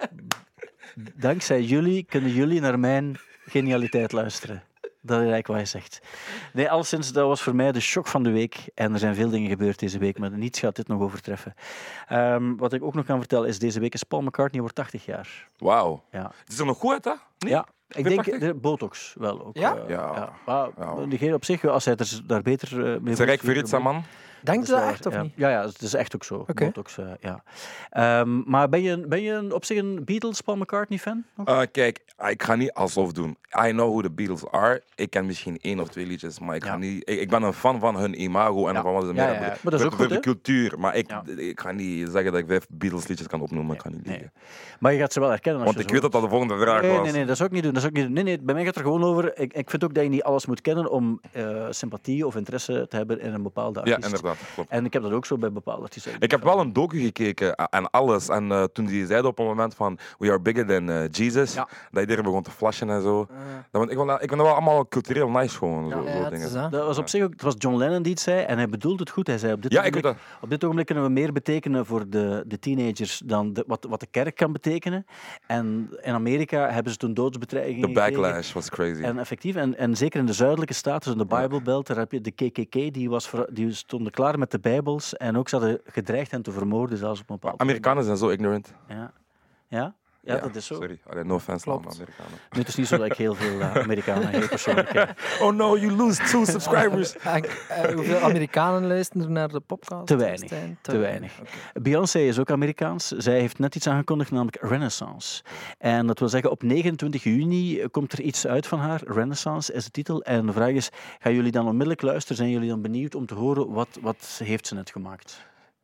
Dankzij jullie kunnen jullie naar mijn genialiteit luisteren. Dat is eigenlijk wat hij zegt. Nee, alleszins, dat was voor mij de shock van de week. En er zijn veel dingen gebeurd deze week, maar niets gaat dit nog overtreffen. Um, wat ik ook nog kan vertellen is, deze week is Paul McCartney wordt tachtig jaar. Wauw. Ja. Het is er nog goed uit, hè? Nee? Ja. Ik denk tachtig? de botox wel ook. Ja? eh, Ja. ja. Maar Ja. diegene op zich, als hij er daar beter uh, mee Het is voelt, rijk voor iets, hè, man. Denkt je dat dat is echt wel- of ja. niet? Ja, ja, het is echt ook zo. Oké. Botox, uh, ja. Um, maar ben je, ben je een, op zich een Beatles, Paul McCartney-fan? Uh, kijk, ik ga niet alsof doen. I know who the Beatles are. Ik ken misschien één of twee liedjes, maar ik, ga Ja. niet, ik, ik ben een fan van hun imago en Ja. van wat ze Ja, meer ja, hebben. ja. Maar dat is ook voor, goed, voor de hè? cultuur. Maar ik, Ja. ik ga niet zeggen dat ik vijf Beatles liedjes kan opnoemen. Ik ga niet liegen. Maar je gaat ze wel herkennen als Want je ik zo- weet dat dat de volgende vraag Nee, was. nee, nee, dat zou ik niet doen. Dat zou ik niet doen. Nee, nee, bij mij gaat het er gewoon over... Ik, ik vind ook dat je niet alles moet kennen om uh, sympathie of interesse te hebben in een bepaalde Ja, artiest. inderdaad. Klopt. En ik heb dat ook zo bij bepaalde artiesten. Ik heb wel een docu gekeken eh, en alles. En uh, toen die zeiden op een moment van we are bigger than uh, Jesus, Ja. dat iedereen begon te flashen en zo. Dat, want ik, vond dat- ik vind dat wel allemaal cultureel nice gewoon. Zo, Ja, zo het dingen. is dat. Dat was op zich ook... Het was John Lennon die het zei en hij bedoelde het goed. Hij zei op dit, Ja, ik weet ogenblik, dat. op dit ogenblik kunnen we meer betekenen voor de, de teenagers dan de, wat, wat de kerk kan betekenen. En in Amerika hebben ze toen doodsbedreigingen De gekregen. backlash was crazy. En effectief, en, en zeker in de zuidelijke staten, in de Bible Belt, daar heb je de K K K, die, was voor, die stonden klaar met de Bijbels en ook ze hadden gedreigd hen te vermoorden, zelfs op een bepaald Amerikanen zijn zo ignorant. moment. Ja. Ja? Ja, dat is zo. Sorry, Allee, no offense aan Klopt. Amerikanen. Nu, het is niet zo dat ik heel veel uh, Amerikanen heel persoonlijk ken. Oh no, you lose two subscribers. En, eh, hoeveel Amerikanen luisteren naar de podcast? Te weinig. Stijn? Te weinig. Beyoncé is ook Amerikaans. Zij heeft net iets aangekondigd, namelijk Renaissance. En dat wil zeggen, op negenentwintig juni komt er iets uit van haar. Renaissance is de titel. En de vraag is, gaan jullie dan onmiddellijk luisteren? Zijn jullie dan benieuwd om te horen, wat, wat heeft ze net gemaakt?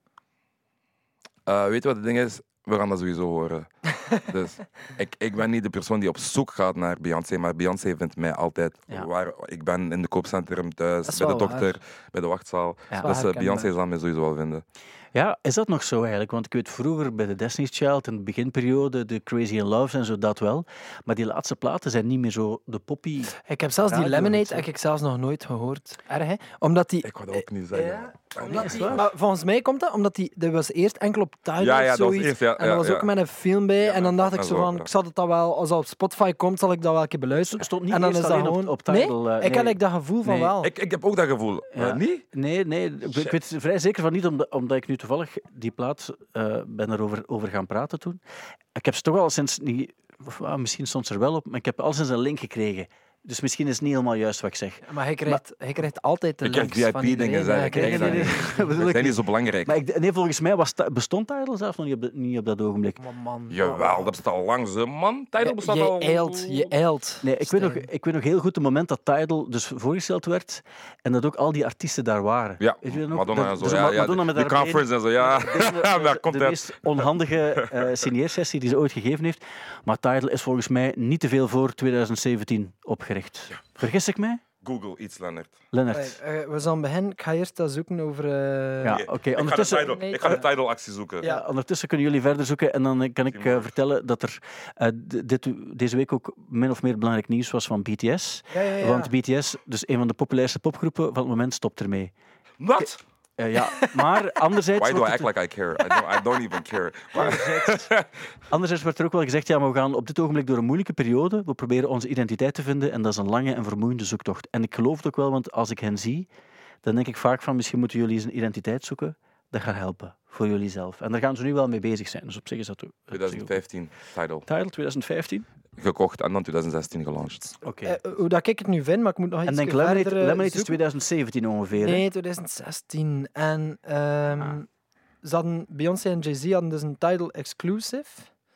Uh, weet je wat het ding is? We gaan dat sowieso horen. Dus ik, ik ben niet de persoon die op zoek gaat naar Beyoncé, maar Beyoncé vindt mij altijd Ja. waar. Ik ben in de koopcentrum thuis, Dat is bij de wel dokter, bij de wachtzaal. Ja. Dus uh, herkenbaar. Beyoncé zal mij sowieso wel vinden. Ja, is dat nog zo eigenlijk? Want ik weet vroeger bij de Destiny's Child, in de beginperiode, de Crazy in Love en zo, dat wel. Maar die laatste platen zijn niet meer zo de poppy... Ik heb zelfs die Radio Lemonade iets, hè? heb ik zelfs nog nooit gehoord. Erg, hè? Omdat die... Ik wou dat ook niet zeggen. Ja, Maar omdat nee, die- waar? maar volgens mij komt dat omdat die, dat was eerst enkel op Tidal Ja, ja, of dat was zoiets. eerst, ja, en dat ja, was ja. ook met een film bij. Ja, en dan dacht ik dat zo is van, waar, ik zal het dat wel, als dat op Spotify komt, zal ik dat wel een keer beluisteren. Stond niet en dan eerst is dat alleen op- gewoon... op Tidal, nee, eh, ik nee. heb like dat gevoel van Nee. wel. Ik, ik heb ook dat gevoel. Ja. Uh, niet? Nee, nee. Ik, ik weet er vrij zeker van niet, omdat, omdat ik nu toevallig die plaat uh, ben erover over gaan praten toen. Ik heb ze toch al sinds niet... Of, ah, misschien stond ze er wel op, maar ik heb al sinds een link gekregen. Dus misschien is het niet helemaal juist wat ik zeg. Maar hij krijgt, hij krijgt altijd de Ik krijg links van V I P-dingen, iedereen. zeg. Ja, Ik hij krijg krijgt dat nee, niet. nee, bedoel Dat ik zijn niet niet. zo belangrijk. Maar ik, nee, volgens mij was ta- bestond Tidal zelf nog niet op, de, niet op dat ogenblik. Maar man. Jawel, dat bestaat al lang, ze, man. Tidal bestaat je al... eilt, je eilt. Nee, ik weet, nog, Stijn. ik weet nog heel goed het moment dat Tidal dus voorgesteld werd en dat ook al die artiesten daar waren. Ja, Weet je dat nog? Madonna Dat- en zo. dus Ja, ja, Madonna met die haar been- conference en zo, ja. de, Daar komt de het. meest onhandige uh, signeersessie die ze ooit gegeven heeft. Maar Tidal is volgens mij niet te veel voor twintig zeventien opgericht. Vergis ik mij? Google iets, Lennart. Lennart. Allee, eh, we zullen beginnen. Ik ga eerst dat zoeken over... eh, Ja, Nee, oké. Ik ga de Ondertussen, Tidal- Ik ga de Tidal-actie zoeken. ja, ondertussen kunnen jullie verder zoeken en dan eh, kan ik uh, vertellen dat er uh, dit, deze week ook min of meer belangrijk nieuws was van B T S. Ja, ja, ja. Want B T S, dus een van de populairste popgroepen van het moment, stopt ermee. Wat? Uh, ja, maar anderzijds... Why do I wordt act het- like I care? I don't, I don't even care. Anderzijds, anderzijds werd er ook wel gezegd, ja, maar we gaan op dit ogenblik door een moeilijke periode. We proberen onze identiteit te vinden en dat is een lange en vermoeiende zoektocht. En ik geloof het ook wel, want als ik hen zie, dan denk ik vaak van, misschien moeten jullie eens een identiteit zoeken. dat gaat helpen voor jullie zelf. En daar gaan ze nu wel mee bezig zijn. Dus op zich is dat ook... twintig vijftien, Tidal. Tidal twintig vijftien? Gekocht en dan twintig zestien gelaunched. Oké. Eh, hoe dat ik het nu vind, maar ik moet nog iets En denk verder Lemonade, eh, Lemonade is zoeken. twintig zeventien ongeveer. hè? Nee, twintig zestien. En ehm, Ah. ze hadden, Beyoncé en Jay-Z hadden dus een Tidal exclusive.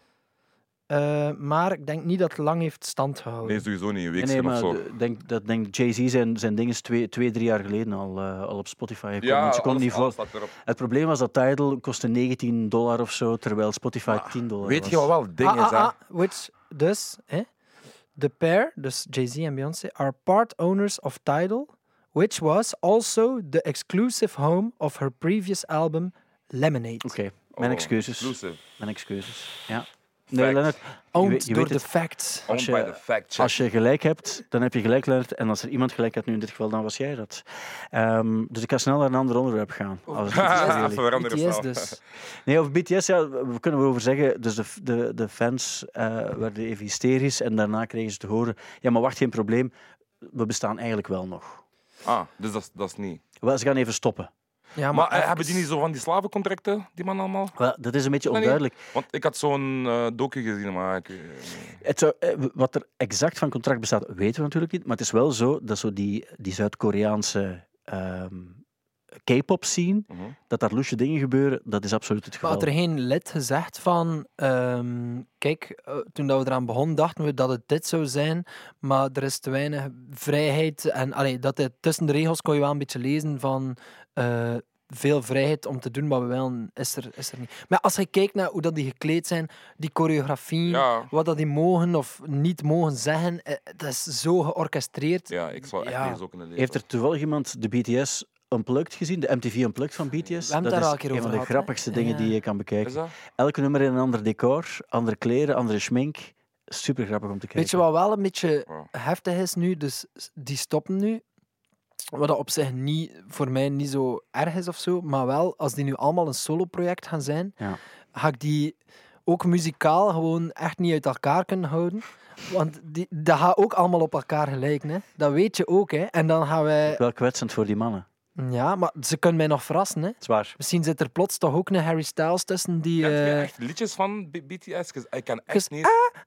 Uh, maar ik denk niet dat het lang heeft stand gehouden. Nee, sowieso niet. Een Nee, weekje nee, of maar zo. d- denk, dat denk Jay-Z zijn, zijn ding is twee, twee, drie jaar geleden al, uh, al op Spotify gekomen. Ja, Dus je kon alles, niet voor... alles staat erop. Het probleem was dat Tidal kostte negentien dollar of zo, terwijl Spotify tien dollar Weet was. je wat wel het ding ah, is, ah, hè? ah, which, dus, hè, the pair, dus Jay-Z en Beyoncé, are part owners of Tidal, which was also the exclusive home of her previous album, Lemonade. Oké, mijn Oh, excuses. exclusive. Mijn excuses. Ja. Nee, Fact. Lennart, je, Owned weet- je door weet de het. facts. Owned je- by the fact check. Als je gelijk hebt, dan heb je gelijk, Lennart. En als er iemand gelijk had, nu in dit geval, dan was jij dat. Um, dus ik ga snel naar een ander onderwerp gaan. Als het goed is voor Even jullie. veranderen B T S snel. dus. Nee, over B T S, ja, we kunnen erover zeggen. Dus de, de, de fans uh, werden even hysterisch en daarna kregen ze te horen. Ja, maar wacht, geen probleem. We bestaan eigenlijk wel nog. Ah, dus dat is- dat is niet. Wel, ze gaan even stoppen. Ja, Maar eh, even- hebben die niet zo van die slavencontracten, die man allemaal? Wel, dat is een beetje Nee, nee. onduidelijk. Want ik had zo'n eh docu gezien, maar ik... eh, Het zou, eh, wat er exact van contract bestaat, weten we natuurlijk niet. Maar het is wel zo dat zo die, die Zuid-Koreaanse ehm, K-pop scene, mhm. dat daar loesje dingen gebeuren, dat is absoluut het Maar geval. had er geen lid gezegd van... ehm, kijk, eh, toen dat we eraan begonnen, dachten we dat het dit zou zijn, maar er is te weinig vrijheid. En allee, dat het, tussen de regels kon je wel een beetje lezen van... eh, veel vrijheid om te doen wat we willen, is er, is er niet. Maar als je kijkt naar hoe dat die gekleed zijn, die choreografie, Ja. wat dat die mogen of niet mogen zeggen, eh, dat is zo georchestreerd. Ja, ik zou echt Ja. deze ook kunnen lezen. Heeft er toevallig iemand de B T S Unplugged gezien? De M T V Unplugged van B T S? We hebben dat het daar is al een keer een over van de gehad, hè? grappigste dingen Ja. die je kan bekijken. Is dat? Elke nummer in een ander decor, andere kleren, andere schmink. Super grappig om te kijken. Weet je wat wel een beetje Wow. heftig is nu? Dus die stoppen nu. Wat dat op zich niet, voor mij niet zo erg is of zo. Maar wel, als die nu allemaal een solo-project gaan zijn, Ja. ga ik die ook muzikaal gewoon echt niet uit elkaar kunnen houden. Want die, dat gaat ook allemaal op elkaar gelijken. Hè. Dat weet je ook. Hè. En dan gaan wij... Wel kwetsend voor die mannen. Ja, maar ze kunnen mij nog verrassen. Hè. Zwaar. Misschien zit er plots toch ook een Harry Styles tussen die... Kent je eh, echt liedjes van B- BTS? 'Cause Ik kan Cause echt niet...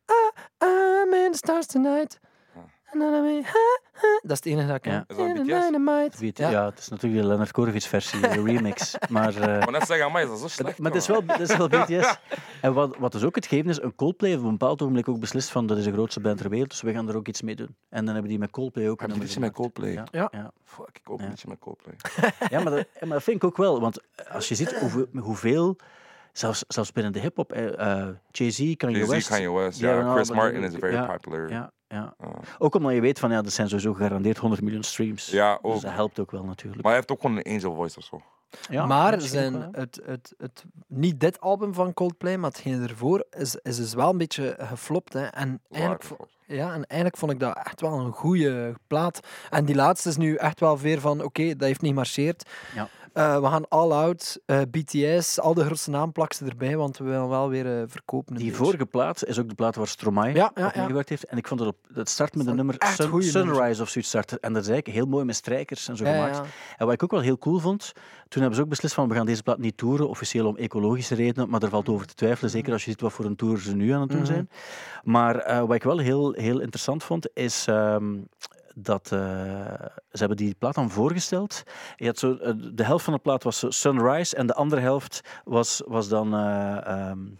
I'm in the stars tonight. And then I'm in- Dat is het enige dat ik ken. Ja. Is dat In the B T S? dynamite. Weet- Ja. ja. het is natuurlijk de Leonard Korvits versie, de remix. Maar, eh, Maar net zeggen, maar is dat zo slecht? maar het is wel, het is wel B T S. En wat, wat dus ook het geven is, een Coldplay heeft op een bepaald ogenblik ook beslist van dat is de grootste band ter wereld, dus we gaan er ook iets mee doen. En dan hebben die met Coldplay ook... Heb je een iets nummer met gemaakt. Coldplay? Ja. Ja. Ja. Fuck, ik ook Ja. een beetje met Coldplay. Ja, maar dat, maar dat vind ik ook wel. Want als je ziet hoeveel, hoeveel zelfs, zelfs binnen de hip-hop, eh, uh, Jay-Z, Kanye Jay-Z, West. Kanye West, die hebben ja. Chris allemaal- Martin is very ja, popular. Ja, ja. Ah. Ook omdat je weet van ja, dat zijn sowieso gegarandeerd honderd miljoen streams. Ja, ook. Dus dat helpt ook wel natuurlijk. Maar hij heeft ook gewoon een angel voice of zo. Ja, maar misschien zijn, ook wel. het, het, het, niet dit album van Coldplay, maar hetgeen ervoor, is, is dus wel een beetje geflopt. Hè. En, eigenlijk, vo- ja, en eigenlijk vond ik dat echt wel een goede plaat. En die laatste is nu echt wel weer van, oké, dat heeft niet gemarcheerd. Ja. Uh, we gaan all out, uh, B T S, al de grootste naam plakken ze erbij, want we willen wel weer uh, verkopen. een Die beetje. vorige plaat is ook de plaat waar Stromae Ja, ja, op ja. meegewerkt heeft. En ik vond het op het start met Dat een nummer echt Sun- goeie Sunrise nummers. of zoiets starten. En dat is eigenlijk heel mooi met strijkers en zo Ja, gemaakt. ja. En wat ik ook wel heel cool vond, toen hebben ze ook beslist van we gaan deze plaat niet toeren, officieel om ecologische redenen, maar er valt over te twijfelen, zeker als je ziet wat voor een tour ze nu aan het doen Mhm. zijn. Maar eh, wat ik wel heel, heel interessant vond, is ehm, dat uh, ze hebben die plaat dan voorgesteld. Je had zo, uh, de helft van de plaat was Sunrise en de andere helft was, was dan uh, um,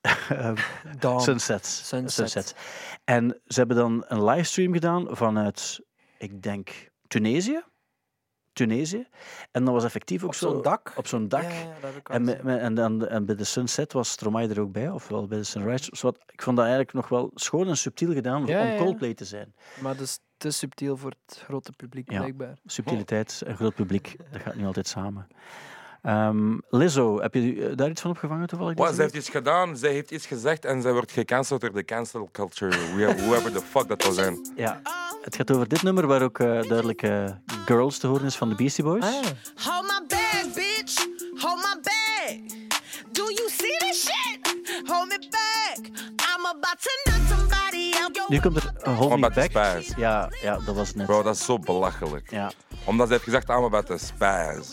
Dawn. Sunsets. Sunset. Sunset. En ze hebben dan een livestream gedaan vanuit, ik denk, Tunesië. Tunesië. En dat was effectief ook Op zo... zo'n dak. Op zo'n dak. Ja, ja, dat heb ik al En, gezien. met, met- en, dan, en bij de Sunset was Stromae er ook bij, ofwel bij de Sunrise. Zowat, ik vond dat eigenlijk nog wel schoon en subtiel gedaan Ja, om ja, ja. Coldplay te zijn. Maar dat is te subtiel voor het grote publiek, Ja. blijkbaar. Subtiliteit en groot publiek, dat gaat niet altijd samen. Ehm, Lizzo, heb je eh, daar iets van opgevangen toevallig? Wat, deze zij heeft week? iets gedaan, zij heeft iets gezegd en zij wordt gecanceld door de cancel culture. Whoever the fuck dat zal zijn. Ja, het gaat over dit nummer waar ook eh, duidelijk eh, Girls te horen is van de Beastie Boys. Ah, Hold my bag, bitch. Hold my bag. Do you see this shit? Hold me back. I'm about to knock somebody out. Yo, Nu komt er uh, Hold Me Omdat Back. het spijt. Ja, ja, dat was net. Bro, dat is zo belachelijk. Ja. Omdat zij heeft gezegd, I'm about to spaz.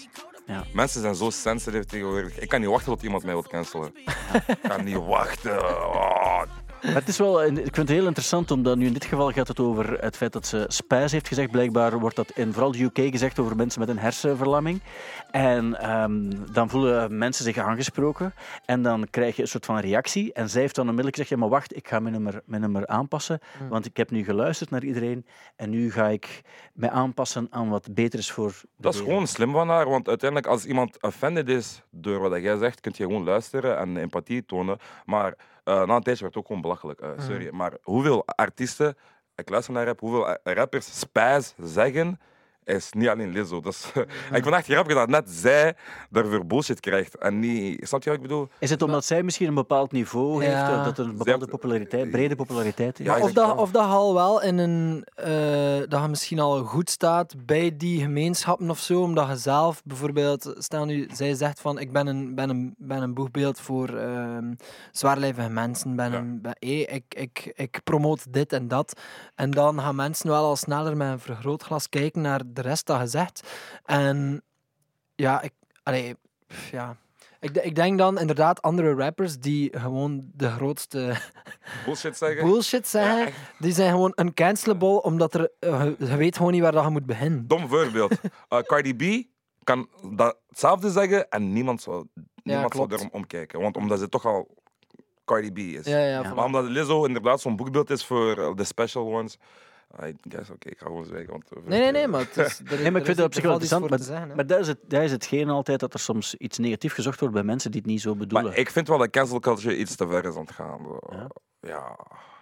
Ja. Mensen zijn zo sensitive tegenwoordig. Ik kan niet wachten tot iemand mij wil cancelen. Ik kan niet wachten. Oh. Maar het is wel, ik vind het heel interessant, omdat nu in dit geval gaat het over het feit dat ze spijs heeft gezegd. Blijkbaar wordt dat in vooral de U K gezegd over mensen met een hersenverlamming. En um, dan voelen mensen zich aangesproken. En dan krijg je een soort van reactie. En zij heeft dan onmiddellijk gezegd, ja maar wacht, ik ga mijn nummer, mijn nummer aanpassen. Mm. Want ik heb nu geluisterd naar iedereen. En nu ga ik mij aanpassen aan wat beter is voor de Dat is wereld. gewoon slim van haar, want uiteindelijk als iemand offended is door wat jij zegt, kun je gewoon luisteren en empathie tonen. Maar uh, na een tijdje werd het ook gewoon belachelijk. Uh, sorry, mm. maar hoeveel artiesten, ik luister naar rap, hoeveel rappers spijs zeggen, is niet alleen Lizzo. Dus, mm. ik vind echt grappig dat net zij daarvoor bullshit krijgt en niet... Snap je wat ik bedoel? Is het omdat zij misschien een bepaald niveau Ja. heeft, dat er een bepaalde heeft- populariteit, brede populariteit heeft? Ja, Maar ik of, denk dat, wel. of dat je al wel in een... eh, dat je misschien al goed staat bij die gemeenschappen of zo, omdat je zelf bijvoorbeeld... Stel nu, zij zegt van, ik ben een, ben een, ben een boegbeeld voor ehm zwaarlijvige mensen. Ben Ja. een, ben, hey, ik, ik, ik promoot dit en dat. En dan gaan mensen wel al sneller met een vergrootglas kijken naar de rest dat je zegt. En ja, ik... Allee, pff, ja... Ik, de- ik denk dan inderdaad andere rappers die gewoon de grootste Bullshit zeggen? bullshit zeggen, Ja, echt. die zijn gewoon uncancelable, omdat er, uh, je, je weet gewoon niet waar dat je moet beginnen. Dom voorbeeld. Uh, Cardi B kan dat hetzelfde zeggen en niemand zou, niemand zou klopt. erom omkijken. Want omdat ze toch al Cardi B is. Ja, ja, Ja. voilà. Maar omdat Lizzo inderdaad zo'n boekbeeld is voor uh, de special ones. I guess, oké, ik ga gewoon zwijgen. Want, uh, Nee, nee, nee, maar het is... Er, Nee, maar ik vind het op zich wel interessant. Voor Maar, te zeggen, hè. maar dat, is het, dat is hetgeen altijd, dat er soms iets negatiefs gezocht wordt bij mensen die het niet zo bedoelen. Maar ik vind wel dat cancel culture iets te ver is aan het gaan. Uh, Ja? ja.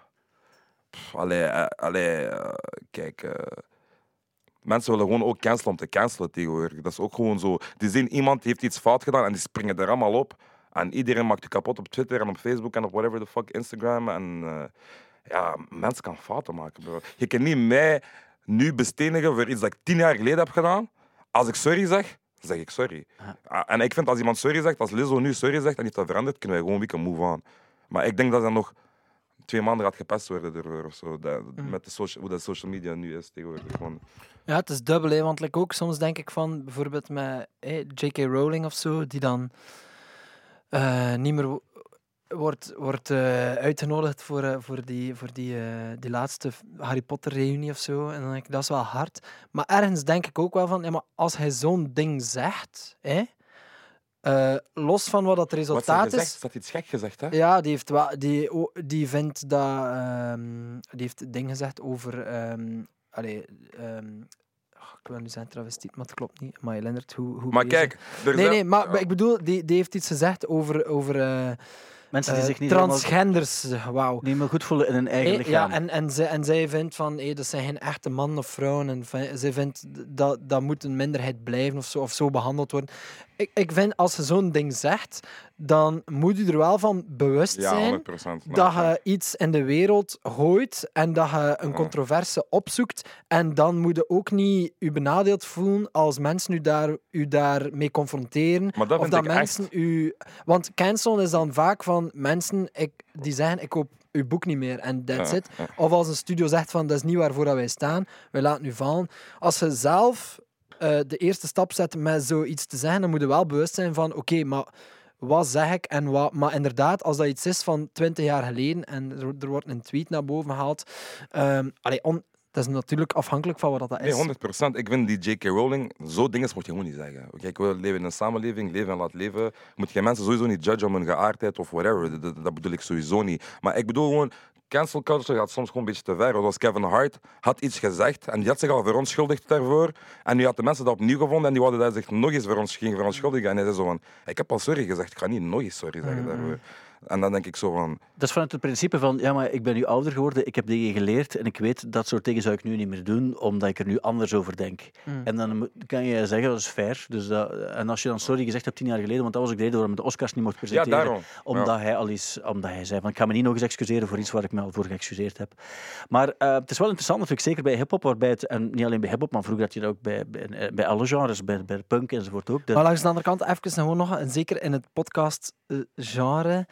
Pff, allee, uh, allee uh, kijk. Uh, mensen willen gewoon ook cancelen om te cancelen tegenwoordig. Dat is ook gewoon zo. Die zien iemand die heeft iets fout gedaan en die springen er allemaal op. En iedereen maakt je kapot op Twitter en op Facebook en op whatever the fuck, Instagram. En uh, ja, mensen kan fouten maken, bro. Je kan niet mij nu bestenigen voor iets dat ik tien jaar geleden heb gedaan. Als ik sorry zeg, zeg ik sorry. Uh, en ik vind als iemand sorry zegt, als Lizzo nu sorry zegt en heeft dat veranderd, kunnen wij gewoon een weekend move on. Maar ik denk dat hij nog twee maanden gaat gepest worden ervoor of zo. Dat, met de social, hoe dat social media nu is tegenwoordig. Gewoon. Ja, het is dubbel, hè, want like, ook soms denk ik van, bijvoorbeeld met hey, J K Rowling of zo, die dan uh, niet meer wo- wordt, wordt uh, uitgenodigd voor, uh, voor, die, voor die, uh, die laatste Harry Potter reunie of zo. En dan denk ik, dat is wel hard. Maar ergens denk ik ook wel van, ja, maar als hij zo'n ding zegt, hè, uh, los van wat het Wat ze resultaat gezegd, is... is dat iets gek gezegd, hè? Ja, die, heeft wel, die, o- die vindt dat... ehm, die heeft het ding gezegd over... ehm allee, ehm, oh, ik wil nu zijn travestiet, maar het klopt niet. Maar Lennart, hoe, hoe Maar bezig? kijk, er Nee, zijn- nee, maar ja. ik bedoel, die, die heeft iets gezegd over... over eh, Mensen die eh, zich niet helemaal, transgenders, wauw. niet meer goed voelen in hun eigen Hey, lichaam. ja, en, en, zij, en zij vindt van, hey, dat zijn geen echte mannen of vrouwen. En van- zij vindt dat dat moet een minderheid blijven of zo, of zo behandeld worden. Ik, ik vind, als je zo'n ding zegt, dan moet je er wel van bewust Ja, zijn honderd procent. dat je iets in de wereld gooit en dat je een Ja. controverse opzoekt. En dan moet je ook niet je benadeeld voelen als mensen u, daar, u daarmee confronteren. Maar dat of vind dat ik mensen echt. u... Want cancelen is dan vaak van mensen ik, die zeggen, ik koop uw boek niet meer en that's Ja, it. ja. Of als een studio zegt van, dat is niet waarvoor dat wij staan, wij laten u vallen. Als je zelf uh, de eerste stap zet met zoiets te zeggen, dan moet je wel bewust zijn van, oké, okay, maar wat zeg ik en wat... Maar inderdaad, als dat iets is van twintig jaar geleden en er, er wordt een tweet naar boven gehaald, um, allee, on, dat is natuurlijk afhankelijk van wat dat is. Nee, honderd procent. Ik vind die J K Rowling, zo dingen moet je gewoon niet zeggen. Kijk, we leven in een samenleving, leven en laat leven. Moet je mensen sowieso niet judgen om hun geaardheid of whatever. Dat, dat bedoel ik sowieso niet. Maar ik bedoel gewoon, cancel culture gaat soms gewoon een beetje te ver. Zoals Kevin Hart had iets gezegd en die had zich al verontschuldigd daarvoor. En nu had de mensen dat opnieuw gevonden en die wilden dat zich nog eens veronts- ging verontschuldigen. En hij zei zo van, ik heb al sorry gezegd, ik ga niet nog eens sorry zeggen daarvoor. En dan denk ik zo van... Dat is vanuit het principe van, ja, maar ik ben nu ouder geworden, ik heb dingen geleerd en ik weet, dat soort dingen zou ik nu niet meer doen, omdat ik er nu anders over denk. Mm. En dan moet- kan je zeggen, dat is fair. Dus dat, en als je dan sorry gezegd hebt tien jaar geleden, want dat was ook de reden waarom hij de Oscars niet mocht Ja, presenteren, daarom. omdat, Ja. hij al iets, omdat hij zei van, ik ga me niet nog eens excuseren voor iets waar ik me al voor geëxcuseerd heb. Maar uh, het is wel interessant natuurlijk, zeker bij hip-hop, waarbij het, en niet alleen bij hip-hop, maar vroeger had je dat ook bij, bij, bij alle genres, bij, bij punk enzovoort ook. Dat- Maar langs de andere kant, even gewoon nog, en zeker in het podcast-genre...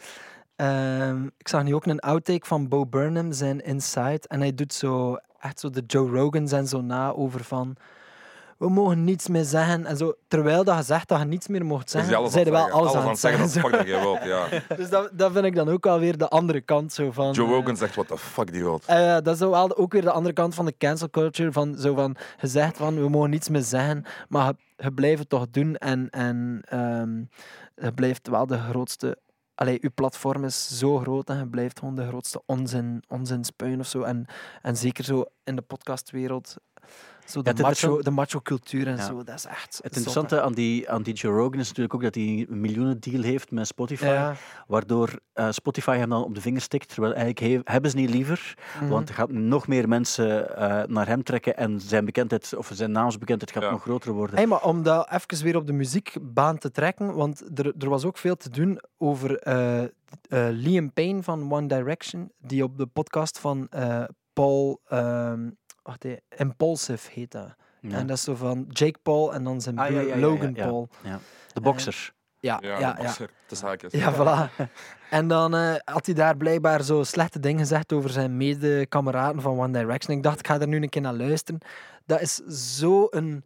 Um, ik zag nu ook een outtake van Bo Burnham, zijn Inside. En hij doet zo echt zo de Joe Rogans en zo na over van... we mogen niets meer zeggen. En zo, terwijl dat je zegt dat je niets meer mocht Dus zeggen, die alles zijn er wel zeggen. alles aan aan het het zeggen. zeggen. Dat is fuck dat je wilt, ja. Dus dat, dat vind ik dan ook alweer de andere kant. Zo van, Joe eh, Rogan zegt, what the fuck die wilt. Uh, dat is zo wel ook weer de andere kant van de cancel culture. Van, zo van, je zegt van, we mogen niets meer zeggen, maar je, je blijft het toch doen. En, en um, je blijft wel de grootste... Allee, je platform is zo groot en je blijft gewoon de grootste onzin, onzin spuien of zo. En, en zeker zo in de podcastwereld... Zo de, Ja, het macho, interessant- de macho-cultuur en Ja. zo, dat is echt... Het interessante aan die, aan die Joe Rogan is natuurlijk ook dat hij een miljoenendeal heeft met Spotify, Ja. waardoor uh, Spotify hem dan op de vinger stikt, terwijl eigenlijk he- hebben ze niet liever, Mhm. want er gaat nog meer mensen uh, naar hem trekken en zijn bekendheid, of zijn naamsbekendheid gaat Ja. nog groter worden. Hey, maar om dat even weer op de muziekbaan te trekken, want er, er was ook veel te doen over uh, uh, Liam Payne van One Direction, die op de podcast van uh, Paul... Um, wacht, hey, Impulsive heet dat. Ja. En dat is zo van Jake Paul en dan zijn Ah, broer ja, ja, ja, Logan ja, ja. Paul. Ja. De bokser. Ja, Ja, ja, ja, ja. ja. Het haakjes. Ja, voilà. En dan uh, had hij daar blijkbaar zo slechte dingen gezegd over zijn mede-kameraden van One Direction. Ik dacht, ik ga er nu een keer naar luisteren. Dat is zo'n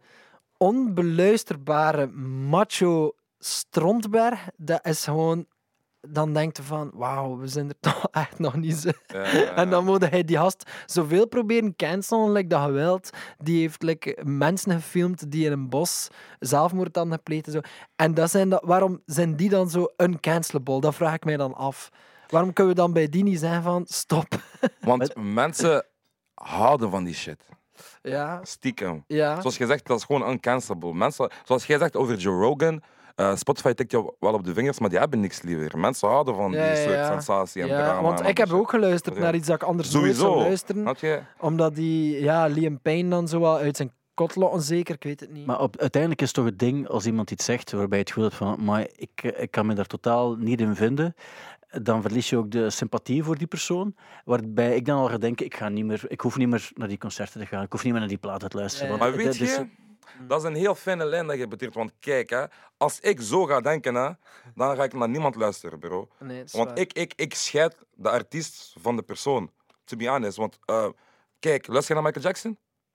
onbeluisterbare macho strontberg. Dat is gewoon... Dan denkt je van, wauw, we zijn er toch echt nog niet zo... Ja, ja, ja. En dan moet hij die gast zoveel proberen cancelen, like dat je wilt. Die heeft like, mensen gefilmd die in een bos zelfmoord hadden gepleegd en zo. En dat zijn dat, waarom zijn die dan zo uncancelable? Dat vraag ik mij dan af. Waarom kunnen we dan bij die niet zeggen van, stop? Want mensen houden van die shit. Ja, Stiekem. ja. Zoals je zegt, dat is gewoon uncancelable. Mensen, zoals jij zegt over Joe Rogan, uh, Spotify tikt jou wel op de vingers, maar die hebben niks liever. Mensen houden van Ja, die ja, soort ja. sensatie en Ja, drama. want en ik al heb die ook geluisterd Ja. naar iets dat ik anders nooit Sowieso. zou luisteren. Snap je? Omdat die, ja, Liam Payne dan zo wel uit zijn kot lokken, zeker, ik weet het niet. Maar op, uiteindelijk is toch het ding, als iemand iets zegt waarbij je het gevoel hebt van, maar ik, ik kan me daar totaal niet in vinden, dan verlies je ook de sympathie voor die persoon, waarbij ik dan al ga denken, ik, ga niet meer, ik hoef niet meer naar die concerten te gaan, ik hoef niet meer naar die platen te luisteren. Ja. want Maar weet dat is- je, dat is een heel fijne lijn dat je beteert. Want kijk, hè, als ik zo ga denken, hè, dan ga ik naar niemand luisteren, bro. Nee, dat is Want waar. ik, ik, ik scheid de artiest van de persoon. To be honest. Want uh, kijk, luister je naar Michael Jackson?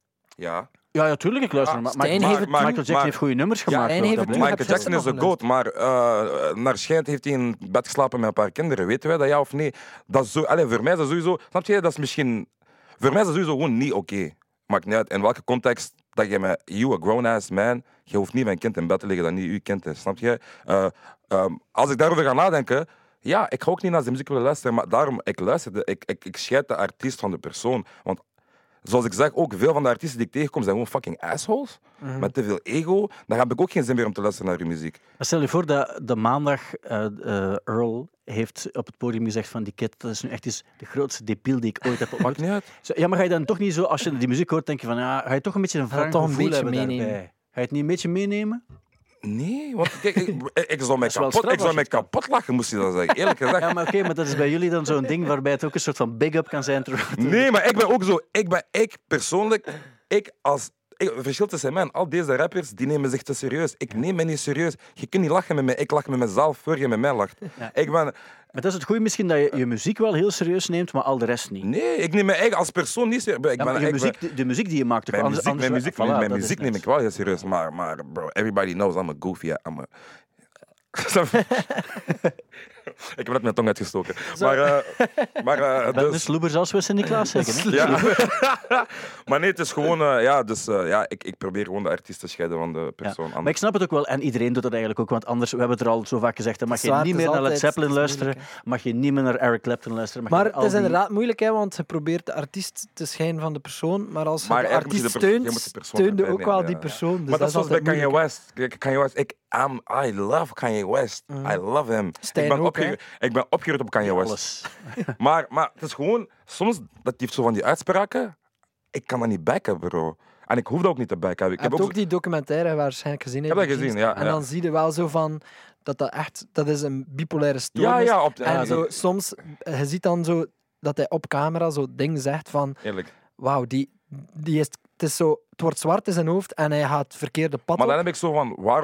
Ja. Ja, ja, tuurlijk, ik luister. Ah, maar, Stijn maar, heeft het maar toen- Michael Jackson maar- heeft goede nummers Ja, gemaakt. Stijn toch, heeft dat het toen- blijft. Michael heb Jackson is gisteren een nog goat, maar uh, naar schijnt heeft hij in bed geslapen met een paar kinderen. Weten wij dat ja of nee? Dat is zo, allez, voor mij is dat sowieso... Snap je? Dat is misschien... Voor mij is dat sowieso gewoon niet oké. Okay. Maakt niet uit in welke context dat je met you, a grown-ass man, je hoeft niet met een kind in bed te liggen dat niet uw kind is. Snap je? Uh, um, als ik daarover ga nadenken... Ja, ik ga ook niet naar zijn muziek willen luisteren, maar daarom, ik luisterde. Ik, ik, ik scheid de artiest van de persoon. Want zoals ik zeg, ook veel van de artiesten die ik tegenkom zijn gewoon fucking assholes. Mhm. Met te veel ego. Dan heb ik ook geen zin meer om te luisteren naar uw muziek. Maar stel je voor dat de maandag uh, uh, Earl heeft op het podium gezegd van die kid, dat is nu echt eens de grootste debiel die ik ooit heb Maakt ontmoet. niet uit. Zo, ja, maar ga je dan toch niet zo, als je die muziek hoort, denk je van, ja, ga je toch een beetje een Ga je wrang toch een gevoel beetje hebben meenemen? daarbij? Ga je het niet een beetje meenemen? Nee, want kijk, ik, ik, ik zou mij is wel kapot, straf ik zou als je mij het kan. kapot lachen, moest je dat zeggen. Eerlijk gezegd. Ja, maar oké, maar dat is bij jullie dan zo'n ding waarbij het ook een soort van big-up kan zijn. terwijl het- Nee, maar ik ben ook zo. Ik ben, ik persoonlijk, ik als. Ik, het verschil tussen mij en al deze rappers, die nemen zich te serieus. Ik neem me niet serieus. Je kunt niet lachen met mij. Ik lach met mezelf voor je met mij lacht. Ja. Ik ben... Maar dat is het goede misschien, dat je je muziek wel heel serieus neemt, maar al de rest niet. Nee, ik neem me eigen als persoon niet serieus. Ik Ja, maar ben, je ik ben- muziek, de, de muziek die je maakt, toch Mijn anders, muziek, mijn anders- muziek, voilà, mijn dat is muziek net. neem ik wel heel serieus, maar, maar bro, everybody knows I'm a goofy. I'm a... Ik heb net mijn tong uitgestoken. Maar, uh, maar, uh, Je bent een dus, sloeber zoals we Sint-Niklaas zeggen. Hè? ja. Maar nee, het is gewoon, uh, ja, dus uh, ja, ik, ik probeer gewoon de artiest te scheiden van de Ja. persoon. Maar ik snap het ook wel, en iedereen doet dat eigenlijk ook, want anders, we hebben het er al zo vaak gezegd, dan mag je Zwaar, niet het is meer naar Led altijd- Zeppelin het is luisteren, moeilijk, mag je niet meer naar Eric Clapton luisteren. mag je Maar naar al het is die- inderdaad moeilijk, hè, want je probeert de artiest te schijnen van de persoon, maar als je Maar de eigenlijk moet artiest je de perso- je steunt, moet de persoon steun je erbij ook nemen, wel ja, die ja. persoon. Dus Maar dat is zoals bij altijd Kanye moeilijk. West. Kijk, Kanye West, ik am, I love Kanye West. I love him. Stijn ik, ben ook, opge- ik ben opgegroeid op Kanye West. Alles. Maar, maar het is gewoon, soms, dat heeft zo van die uitspraken, ik kan dat niet backen, bro. En ik hoef dat ook niet te backen. Ik Je heb hebt ook ook die documentaire waarschijnlijk gezien. Ik heb dat gezien, ja, En ja. dan zie je wel zo van, dat dat echt, dat is een bipolaire Ja, stoornis. ja, op, En ja, zo, soms, je ziet dan zo, dat hij op camera zo dingen zegt van, eerlijk. wauw, die, die is, het is zo, het wordt zwart in zijn hoofd en hij gaat het verkeerde pad Maar dan op. heb ik zo van, waarom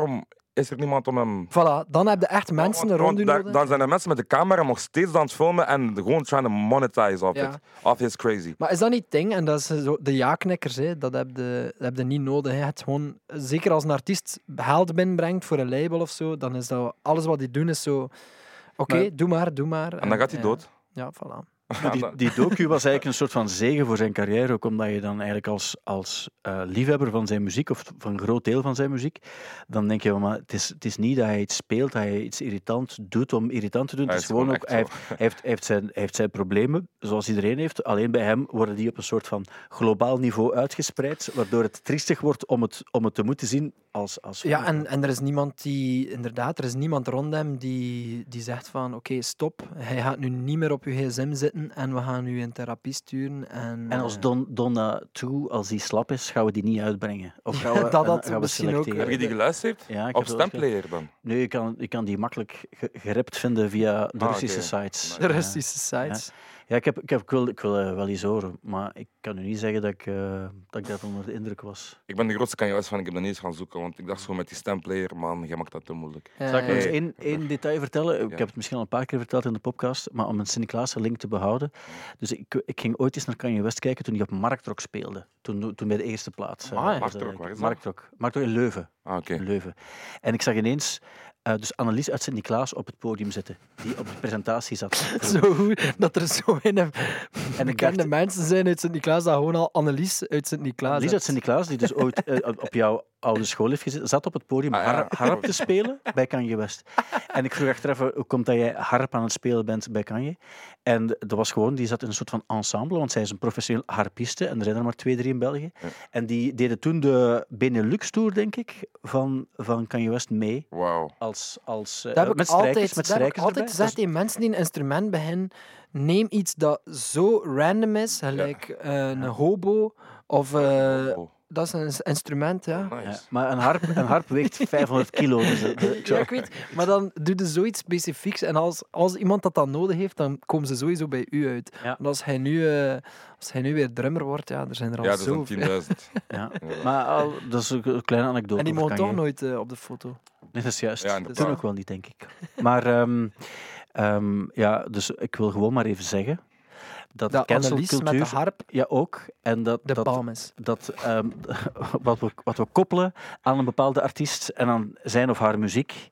is er niemand om hem... Voilà, dan heb je echt mensen Want- rond want u daar- nodig. Dan zijn er mensen met de camera nog steeds aan het filmen en gewoon trying to monetize off Ja. it. Off his crazy. Maar is dat niet het ding? En dat is zo, de ja-knikkers, hè, dat heb je, dat heb je niet nodig. Hè. Het gewoon, zeker als een artiest geld binnenbrengt voor een label of zo, dan is dat alles wat die doen is zo... Oké, Maar- doe maar, doe maar. En dan gaat hij ja. dood. Ja, voilà. Maar die, die docu was eigenlijk een soort van zegen voor zijn carrière, ook omdat je dan eigenlijk als, als uh, liefhebber van zijn muziek, of van een groot deel van zijn muziek, dan denk je, maar het is, het is niet dat hij iets speelt, dat hij iets irritant doet om irritant te doen. Hij Het is is gewoon gewoon ook, hij heeft, hij, heeft, hij, heeft zijn, hij heeft zijn problemen, zoals iedereen heeft. Alleen bij hem worden die op een soort van globaal niveau uitgespreid, waardoor het triestig wordt om het, om het te moeten zien als... als Ja, en, en er is niemand die... Inderdaad, er is niemand rond hem die, die zegt van oké, stop. Hij gaat nu niet meer op uw gsm zitten en we gaan u in therapie sturen. En, En als eh, Don, Donna twee, als die slap is, gaan we die niet uitbrengen. Of gaan we, Dat had en gaan we misschien ook- selecteren. Heb je die geluisterd? Ja, ik Op heb dat wel Stemplayer dan? Nee, je kan, je kan die makkelijk ge- gerept vinden via de Ah, Russische oké. sites. de Ja. Russische sites. Ja, ik, heb, ik, heb, ik wil, ik wil eh, wel iets horen, maar ik kan u niet zeggen dat ik, eh, dat ik dat onder de indruk was. Ik ben de grootste Kanye West fan, ik heb dat niet eens gaan zoeken, want ik dacht zo met die Stemplayer, man, jij maakt dat te moeilijk. Ja, Zal ik nog eens ja. één, één detail vertellen? Ik Ja. heb het misschien al een paar keer verteld in de podcast, maar om een Sint-Niklaas-link te behouden. Dus ik, ik ging ooit eens naar Kanye West kijken toen hij op Marktrock speelde. Toen, toen bij de eerste plaats. eh, Amai. was dat Marktrock, waar is dat? Marktrock. Marktrock in Leuven. Ah, oké. in Leuven. En ik zag ineens uh, dus Annelies uit Sint-Niklaas op het podium zitten, die op de presentatie zat. Zo goed dat er zo weinig En ik bekende dacht, mensen zijn uit Sint-Niklaas dat gewoon al Annelies uit Sint-Niklaas Annelies uit hebt. Sint-Niklaas, die dus ooit uh, op jouw oude school heeft gezeten, zat op het podium Ah, ja. har- harp te spelen bij Kanye West. En ik vroeg achteraf, hoe komt dat jij harp aan het spelen bent bij Kanye? En dat was gewoon, die zat in een soort van ensemble, want zij is een professioneel harpiste en er zijn er maar twee, drie in België. Ja. En die deden toen de Benelux-tour, denk ik, van, van Kanye West mee. Wauw. Als, als, uh, Dat heb met ik altijd, strijkers, met dat heb ik strijkers altijd erbij. gezegd tegen mensen die een instrument beginnen. Neem iets dat zo random is, gelijk eh, een hobo of... eh, Oh, dat is een instrument, ja. nice. Ja, maar een harp, een harp weegt vijfhonderd kilo. Dus, uh, de- ik zou- Ja, ik weet. Maar dan doe je zoiets specifieks. En als, als iemand dat dan nodig heeft, dan komen ze sowieso bij u uit. Ja. En als hij, nu, eh, als hij nu weer drummer wordt, ja, er zijn er al Ja, dat is een zoveel. tienduizend. ja. Maar al, dat is een een kleine anekdote. En die over mogen toch Kanye. nooit eh, op de foto. Nee, dat is juist. Ja, dat inderdaad. doen ook wel niet, denk ik. Maar ehm, ehm, ja, dus ik wil gewoon maar even zeggen dat Dat Annelies met de cancelcultuur... harp Ja, ook. En dat, de dat, palm is. dat ehm, wat, we, wat we koppelen aan een bepaalde artiest en aan zijn of haar muziek,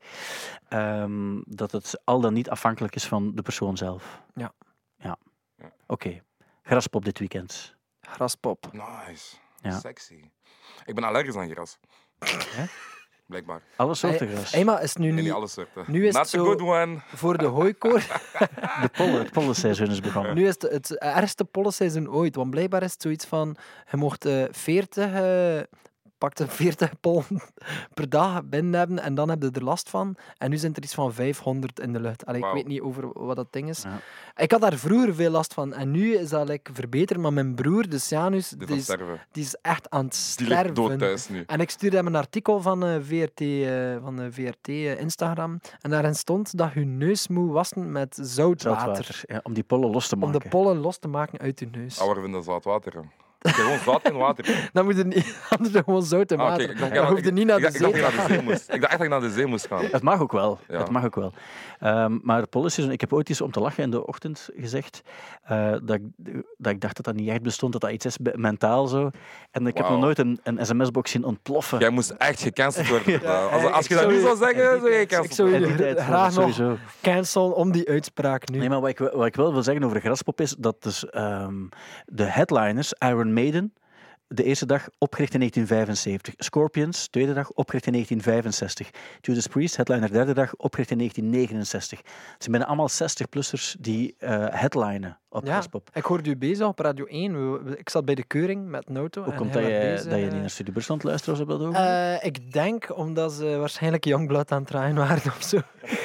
ehm, dat het al dan niet afhankelijk is van de persoon zelf. Ja. Ja. Ja. Oké. Graspop dit weekend. Graspop. Nice. Ja. Sexy. Ik ben allergisch aan gras. Ja? Blijkbaar. Alle soorten Hey, gras. hey, maar is het nu Nee, niet niet alle soorten. nu is Not het a zo- good one. voor de hooikoor? De pollen, het pollenseizoen is begonnen. Nu is het het ergste pollenseizoen ooit. Want blijkbaar is het zoiets van... Je mocht eh, veertig... eh, pakte veertig pollen per dag binnen hebben en dan heb je er last van. En nu zijn er iets van vijfhonderd in de lucht. Allee, ik Wauw. weet niet over wat dat ding is. Ja. Ik had daar vroeger veel last van. En nu is dat like, verbeterd. Maar mijn broer, de Janus, Dit die is is, sterven. die is echt aan het Die ligt dood sterven. thuis nu. En ik stuurde hem een artikel van eh, V R T, eh, van de V R T eh, Instagram. En daarin stond dat je neus moet wassen met zoutwater. Zoutwater. Ja, om die pollen los te Om maken. de pollen los te maken uit je neus. Ouder vinden zout water. hè. Ik heb gewoon zout in water. Dan moet je niet, anders gewoon zout en Ah, oké, water. ik dacht- Dan ik- hoef je niet naar ik de dacht- ik zee dacht te dat ik naar de gaan. zee moest. Ik dacht echt dat ik naar de zee moest gaan. Het mag ook wel. Ja. Het mag ook wel. Um, maar pollenseizoen, ik heb ooit eens om te lachen in de ochtend gezegd uh, dat, ik, dat ik dacht dat dat niet echt bestond, dat dat iets is be- mentaal zo. En ik heb Wauw. nog nooit een, een sms-box zien ontploffen. Jij moest echt gecanceld worden. Ja, als, als je ik dat zou nu je- zou zeggen, zou je Ik gecanceld zou worden. In die tijd graag nog sowieso. cancel om die uitspraak nu. Nee, maar wat ik, wat ik wel wil zeggen over Graspop is dat dus, um, de headliners, Iron Maiden, de eerste dag opgericht in negentien vijfenzeventig. Scorpions, tweede dag opgericht in negentien vijfenzestig. Judas Priest, headliner derde dag, opgericht in negentien negenenzestig. Het zijn bijna allemaal zestig-plussers die uh, headlinen op Ja, Graspop. ik hoorde u bezig op Radio één. We- we- Ik zat bij de keuring met een auto. Hoe en komt hij dat werd je, bezig, dat je eh, niet naar Studie Brussel aan het luisteren was op dat ogenblik? eh, ik denk omdat ze waarschijnlijk Youngblood aan het draaien waren of zo.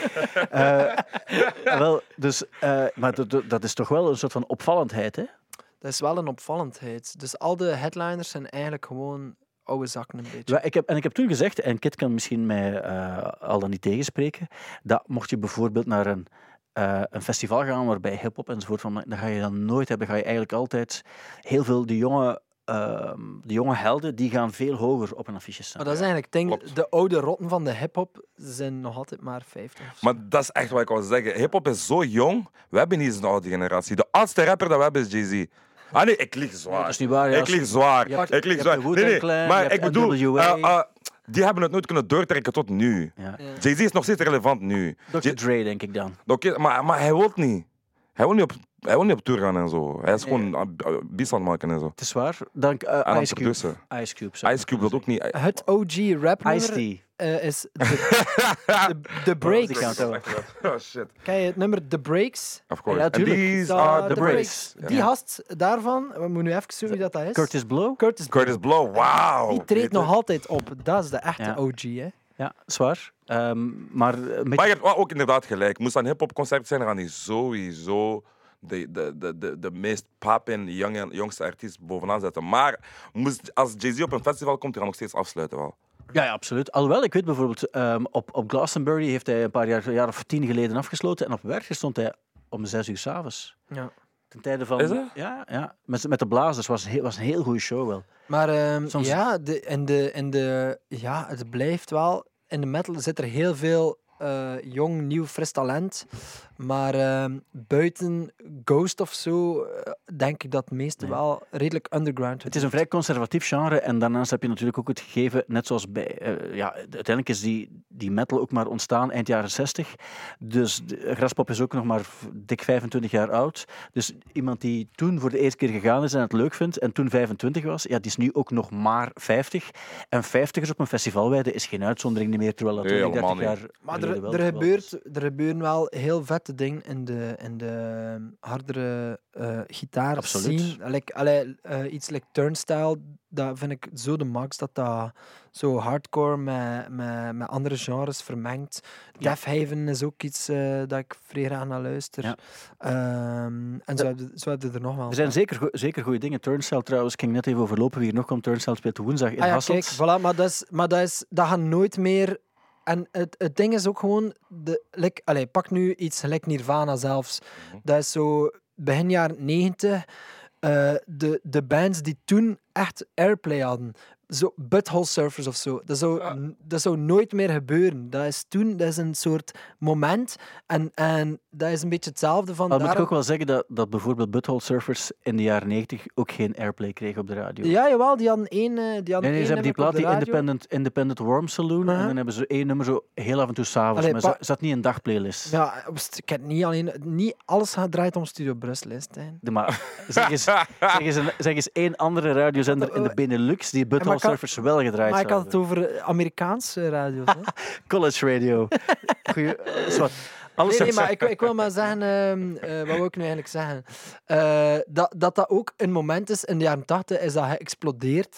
Uh, wel, dus, uh, maar dat- dat- dat is toch wel een soort van opvallendheid, hè? Dat is wel een opvallendheid. Dus al de headliners zijn eigenlijk gewoon oude zakken een beetje. Ja, ik heb, en ik heb toen gezegd, en Kit kan misschien mij uh, al dan niet tegenspreken, dat mocht je bijvoorbeeld naar een, uh, een festival gaan waarbij hip-hop enzovoort, van, dan ga je dan nooit hebben. Dan ga je eigenlijk altijd heel veel de jonge ehm, de jonge helden, die gaan veel hoger op een affiche staan. Maar dat is eigenlijk het ding. klopt. De oude rotten van de hip-hop zijn nog altijd maar vijftig. Of zo. Maar dat is echt wat ik wou zeggen. Hip-hop is zo jong. We hebben niet eens een oude generatie. De oudste rapper dat we hebben is Jay-Z. Ah nee, ik lieg zwaar. dat is niet waar, ja. Ik lieg zwaar. Je hebt- ik lieg je hebt zwaar. de Wu-Tang Nee, nee, Clan, je maar hebt ik bedoel, N W A. uh, uh, die hebben het nooit kunnen doortrekken tot nu. Ja. Jay-Z is nog steeds relevant nu. dokter Dre, denk ik dan. Oké, maar, maar hij wil niet. Hij wil niet op, hij wil niet op tour gaan en zo. Hij is gewoon uh, uh, beats aan het maken en zo. Het is waar. Dank uh, aan Ice Cube. produceren. Ice Cube. zou ik Ice Cube wil ook niet. Het O G rap Ice-T. nummer uh, is de, de, de Breaks. Die kant wel. Oh shit. Ken je het nummer The Breaks? Of course. Ja, And tuurlijk. these Da- are the The breaks. Die gast daarvan, we moeten nu even zoeken wie dat, dat is. Curtis Blow. Curtis Curtis Blow, wauw. Die treedt nog altijd op. Dat is de echte Ja. O G, hè. Ja, zwaar. Um, maar uh, met... Maar je hebt wel ook inderdaad gelijk. Moest aan een hip-hop concert zijn, dan gaan die sowieso de, de, de, de, de meest poppin, jonge, jongste artiest bovenaan zetten. Maar moest, als Jay-Z op een festival komt, die gaan nog steeds afsluiten wel. Ja, ja, absoluut. Alhoewel, ik weet bijvoorbeeld, um, op, op Glastonbury heeft hij een paar jaar, jaar of tien geleden afgesloten. En op Werchter stond hij om zes uur 's avonds. Ja. Ten tijde van... Is het? Ja, ja. Met, met de blazers. was heel, was een heel goede show wel. Maar ehm, Soms- ja, de, in de, in de, ja, het blijft wel... In de metal zit er heel veel eh, jong, nieuw, fris talent. Maar ehm, buiten Ghost of zo, eh, denk ik dat het meeste Nee. wel redelijk underground Het is een vrij conservatief genre. En daarnaast heb je natuurlijk ook het gegeven, net zoals bij... eh, ja, uiteindelijk is die, die metal ook maar ontstaan eind jaren zestig. Dus de, Graspop is ook nog maar v- dik vijfentwintig jaar oud. Dus iemand die toen voor de eerste keer gegaan is en het leuk vindt, en toen vijfentwintig was, ja, die is nu ook nog maar vijftig. En vijftigers op een festivalweide is geen uitzondering meer, terwijl dat Nee, twintig, dertig helemaal jaar Maar geleden er, wel er, het geval gebeurt, was. er gebeuren wel heel vette dingen in de, in de ehm, hardere uh, gitaar Absoluut. scene. Like, allee, eh, iets like Turnstile, dat vind ik zo de max, dat dat zo hardcore met, met, met andere genres vermengt. Ja. Death Haven is ook iets eh, dat ik vrij graag naar luister. Ja. Ehm, en zo heb, je, zo heb je er nog wel. Er zijn zeker, go- zeker goede dingen. Turnstile trouwens, ik ging net even overlopen wie er nog komt. Turnstile speelt woensdag in Ah ja, Hasselt. kijk, voilà, maar dat, is, maar dat, is, dat gaat nooit meer... En het, het ding is ook gewoon... De, like, allee, pak nu iets gelijk Nirvana zelfs. Dat is zo begin jaren negentig. eh, de, de bands die toen echt airplay hadden. Zo Butthole Surfers of zo. Dat zou, dat zou nooit meer gebeuren. Dat is toen, dat is een soort moment. En, en dat is een beetje hetzelfde van... Al moet ik daarom- ook wel zeggen dat, dat bijvoorbeeld Butthole Surfers in de jaren negentig ook geen airplay kregen op de radio. Ja, jawel, die hadden één... eh, Die hadden Nee, nee, één ze hebben die nummer plaat, op de die radio. Independent, Independent Worm Saloon, Uh-huh. en dan hebben ze één nummer zo heel af en toe s'avonds, Allee, maar pa- ze zat niet in dagplaylist. Ja, op st- ik heb niet alleen... Niet alles gaat draait om Studio Brussel, hè, Stijn. De maar, zeg, eens, zeg, eens een, zeg eens één andere radiozender in de Benelux die Butthole maar kan- Surfers wel gedraaid Maar ik had zou het over eh, Amerikaanse radio's. Hè. hebben. College radio. Goeie, eh, zwart. Alles Nee, nee, maar ik, ik wil maar zeggen, ehm, eh, wat wil ik nu eigenlijk zeggen? Eh, dat, dat dat ook een moment is, in de jaren tachtig is dat geëxplodeerd.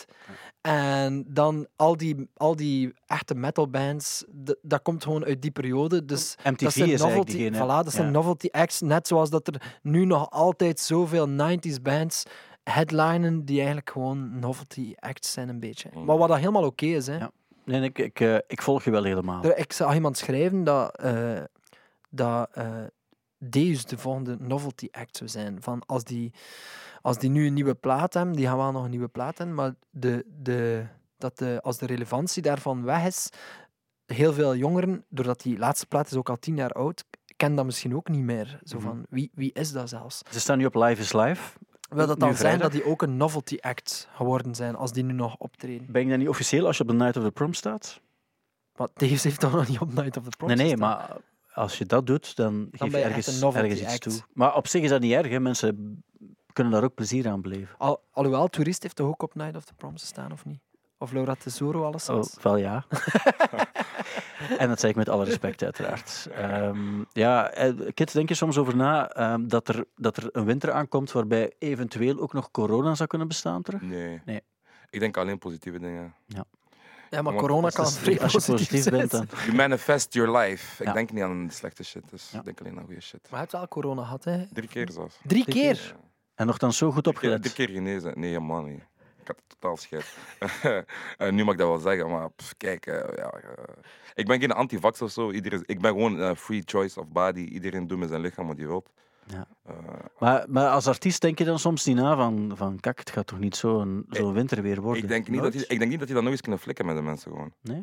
En dan al die, al die echte metalbands, d- dat komt gewoon uit die periode. Dus M T V dat zijn is eigenlijk novelty, diegene, voilà, dat zijn ja. novelty acts, net zoals dat er nu nog altijd zoveel nineties bands headlinen die eigenlijk gewoon novelty acts zijn een beetje. Maar wat dat helemaal oké is, hè. Ja. Nee, nee, ik, ik, eh, ik volg je wel helemaal. Er, ik zag iemand schrijven dat, eh, dat eh, Deus de volgende novelty act zou zijn. Van als, die, als die nu een nieuwe plaat hebben, die gaan wel nog een nieuwe plaat hebben, maar de, de, dat de, als de relevantie daarvan weg is, heel veel jongeren, doordat die laatste plaat is ook al tien jaar oud, kennen dat misschien ook niet meer. Zo Mhm. van, wie, wie is dat zelfs? Ze staan nu op Live is Live. Wil dat Nu dan zijn vrijdag. dat die ook een novelty act geworden zijn, als die nu nog optreden? Ben je dan niet officieel als je op de Night of the Prom staat? Maar Deus heeft toch nog niet op Night of the Proms Nee, nee, gestaan? maar als je dat doet, dan geef ben je je echt ergens, een novelty ergens iets act. toe. Maar op zich is dat niet erg, hè. Mensen kunnen daar ook plezier aan beleven. Al, alhoewel, Toerist heeft toch ook op Night of the Proms gestaan, of niet? Of Laura Tesoro, alles Oh, wel ja. En dat zeg ik met alle respect, uiteraard. Ehm, ja, eh, Kit, denk je soms over na ehm, dat, er, dat er een winter aankomt waarbij eventueel ook nog corona zou kunnen bestaan terug? Nee. Nee. Ik denk alleen positieve dingen. Ja, maar Want corona als kan Dus vrij als je positief positief zijn. bent, dan... You manifest your life. Ik Ja. denk niet aan slechte shit, dus Ja. ik denk alleen aan goede shit. Maar je hebt wel corona gehad, hè? Drie keer zelfs. Drie Drie keer? En nogthans zo goed Drie keer, opgelet. drie keer genezen. Nee, helemaal niet. Ik had totaal scheid. En nu mag ik dat wel zeggen, maar pff, kijk, eh, ja, eh, ik ben geen antivax of zo. Iedereen, ik ben gewoon eh, free choice of body. Iedereen doet met zijn lichaam wat hij wil. Ja. Uh, Maar, maar als artiest denk je dan soms niet na van, van kak, het gaat toch niet zo'n zo winterweer worden? Ik denk, niet dat die, ik denk niet dat die dat nog eens kunnen flikken met de mensen gewoon. Nee?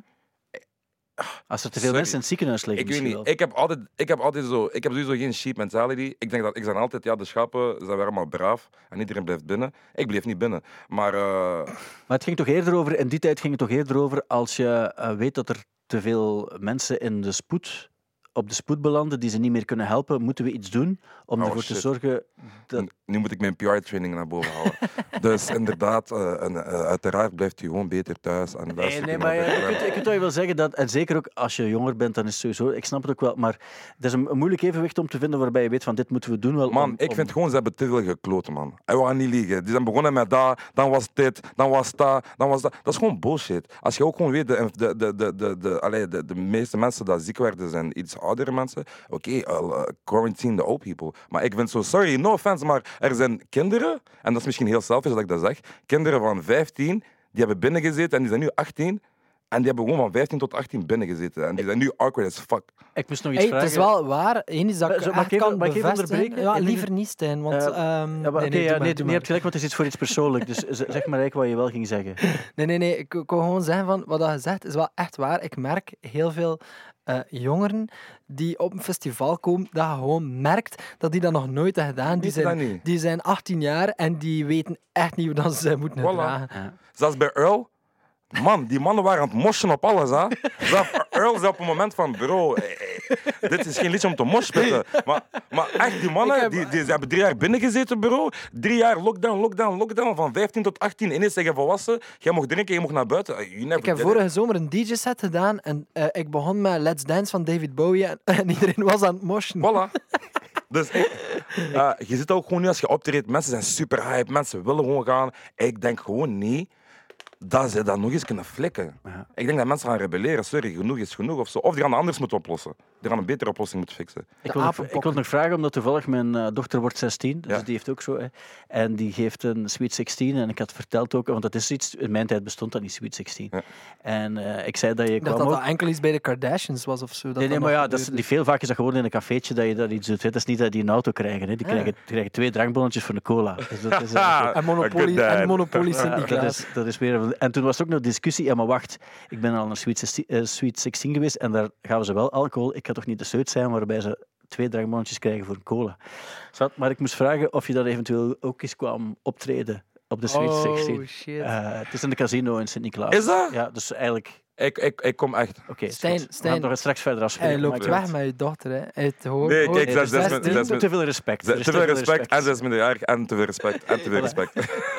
Als er te veel Sorry. mensen in het ziekenhuis liggen Ik weet misschien niet. wel. Ik heb altijd, ik heb altijd zo, ik heb sowieso geen sheep mentality. Ik denk dat ik zijn altijd, ja, de schapen zijn weer allemaal braaf en iedereen blijft binnen. Ik bleef niet binnen. Maar uh, Maar het ging toch eerder over, in die tijd ging het toch eerder over als je uh, weet dat er te veel mensen in de spoed, op de spoed belanden die ze niet meer kunnen helpen, moeten we iets doen om Oh, ervoor te shit. zorgen dat... nu moet ik mijn P R-training naar boven halen. Dus inderdaad, uh, en, uh, uiteraard blijft u gewoon beter thuis. En Nee, luistert nee, u maar naar ja, de ik kunt, ik kunt toch wel zeggen dat, en zeker ook als je jonger bent, dan is het sowieso, ik snap het ook wel, maar het is een, een moeilijk evenwicht om te vinden waarbij je weet van dit moeten we doen wel. Man, om, ik om- vind gewoon, ze hebben te veel gekloten, man. En we gaan niet liegen. Die zijn begonnen met dat, dan was dit, dan was dat, dan was dat. Dat is gewoon bullshit. Als je ook gewoon weet, de, de, de, de, de, de, allee, de, de meeste mensen die ziek werden zijn iets oudere mensen. Oké, okay, uh, quarantine the old people. Maar ik vind zo, sorry, no offense, maar er zijn kinderen, en dat is misschien heel selfish dat ik dat zeg, kinderen van vijftien, die hebben binnengezeten en die zijn nu achttien. En die hebben gewoon van vijftien tot achttien binnengezeten. En die zijn nu awkward as fuck. Ik moest nog iets Hey, vragen. het is wel waar. Eén is dat ik Zo, mag echt ik even- kan mag ik even bevestigen. onderbreken? Ja, Eén liever ding- niet, Stijn. Want, Eh, ehm, Ja, maar, nee, oké, nee, doe ja, maar, nee, doe je maar. hebt gelijk, want het is iets voor iets persoonlijks. Dus z- zeg maar eigenlijk wat je wel ging zeggen. Nee, nee, nee. Ik, ik wil gewoon zeggen van wat je zegt is wel echt waar. Ik merk heel veel eh, jongeren die op een festival komen, dat je gewoon merkt dat die dat nog nooit hebben gedaan. Die Weet je dat zijn, niet? die zijn achttien jaar en die weten echt niet hoe dat ze moeten Voilà. gedragen. Zelfs bij Earl. Man, die mannen waren aan het moshen op alles, hè. Zelfs Earl zei op een moment van, bro, eh, eh, dit is geen liedje om te moshpitten. Maar, maar echt, die mannen, Ik heb- die, die, ze hebben drie jaar binnengezeten, bro. Drie jaar lockdown, lockdown, lockdown. Van vijftien tot achttien. Ineens zeg je volwassen, jij mocht drinken, je mocht naar buiten. You never Ik heb did vorige it. zomer een D J-set gedaan en eh, ik begon met Let's Dance van David Bowie en, en iedereen was aan het moshen. Voilà. Dus ik, uh, je ziet ook gewoon nu als je optreedt, mensen zijn super hype, mensen willen gewoon gaan. Ik denk gewoon niet dat ze dat nog eens kunnen flikken. Ja. Ik denk dat mensen gaan rebelleren. Sorry, genoeg is genoeg of zo. Of die gaan het anders moeten oplossen. Die gaan een betere oplossing moeten fixen. Ik wil, nog, apenpokken. ik wil nog vragen, omdat toevallig mijn eh, dochter wordt zestien, dus Ja. die heeft ook zo. Hè, en die geeft een Sweet zestien. En ik had verteld ook, want dat is iets, in mijn tijd bestond dat niet, Sweet zestien. Ja. En eh, ik zei dat je Ik dacht kwam dat ook... dat enkel iets bij de Kardashians was of zo. Dat Nee, nee, dat maar nog ja, dat is, gebeurde. die veel vaak is dat gewoon in een cafeetje dat je dat iets doet. Hè. Dat is niet dat die een auto krijgen. Hè. Die, Ah. krijgen, die krijgen twee drankbonnetjes voor een cola. Dus dat is, eh, En Monopoly, Good dad. en Monopoly Ja, dat, Sint-Niklaas. is, dat is weer... een- En toen was er ook nog discussie. Ja, maar wacht. Ik ben al naar Sweet zestien, eh, Sweet zestien geweest en daar gaven ze wel alcohol. Ik ga toch niet de seut zijn waarbij ze twee drankmannetjes krijgen voor een cola. Zat, maar ik moest vragen of je dat eventueel ook eens kwam optreden op de Sweet zestien. Oh, shit. Eh, het is in de casino in Sint-Niklaas. Is dat? Ja, dus eigenlijk... Ik, ik, ik kom echt. Oké, Stijn, goed. We gaan Stijn. het nog straks verder afspreken. Hij maar loopt ik- weg met je dochter, hè. Uit hoor, Nee, hoor- kijk, Nee, dat is- dus dat is dat met- is dat is te, met- te veel respect. Er Te is veel respect en ze is minderjarig en te veel respect en te veel respect.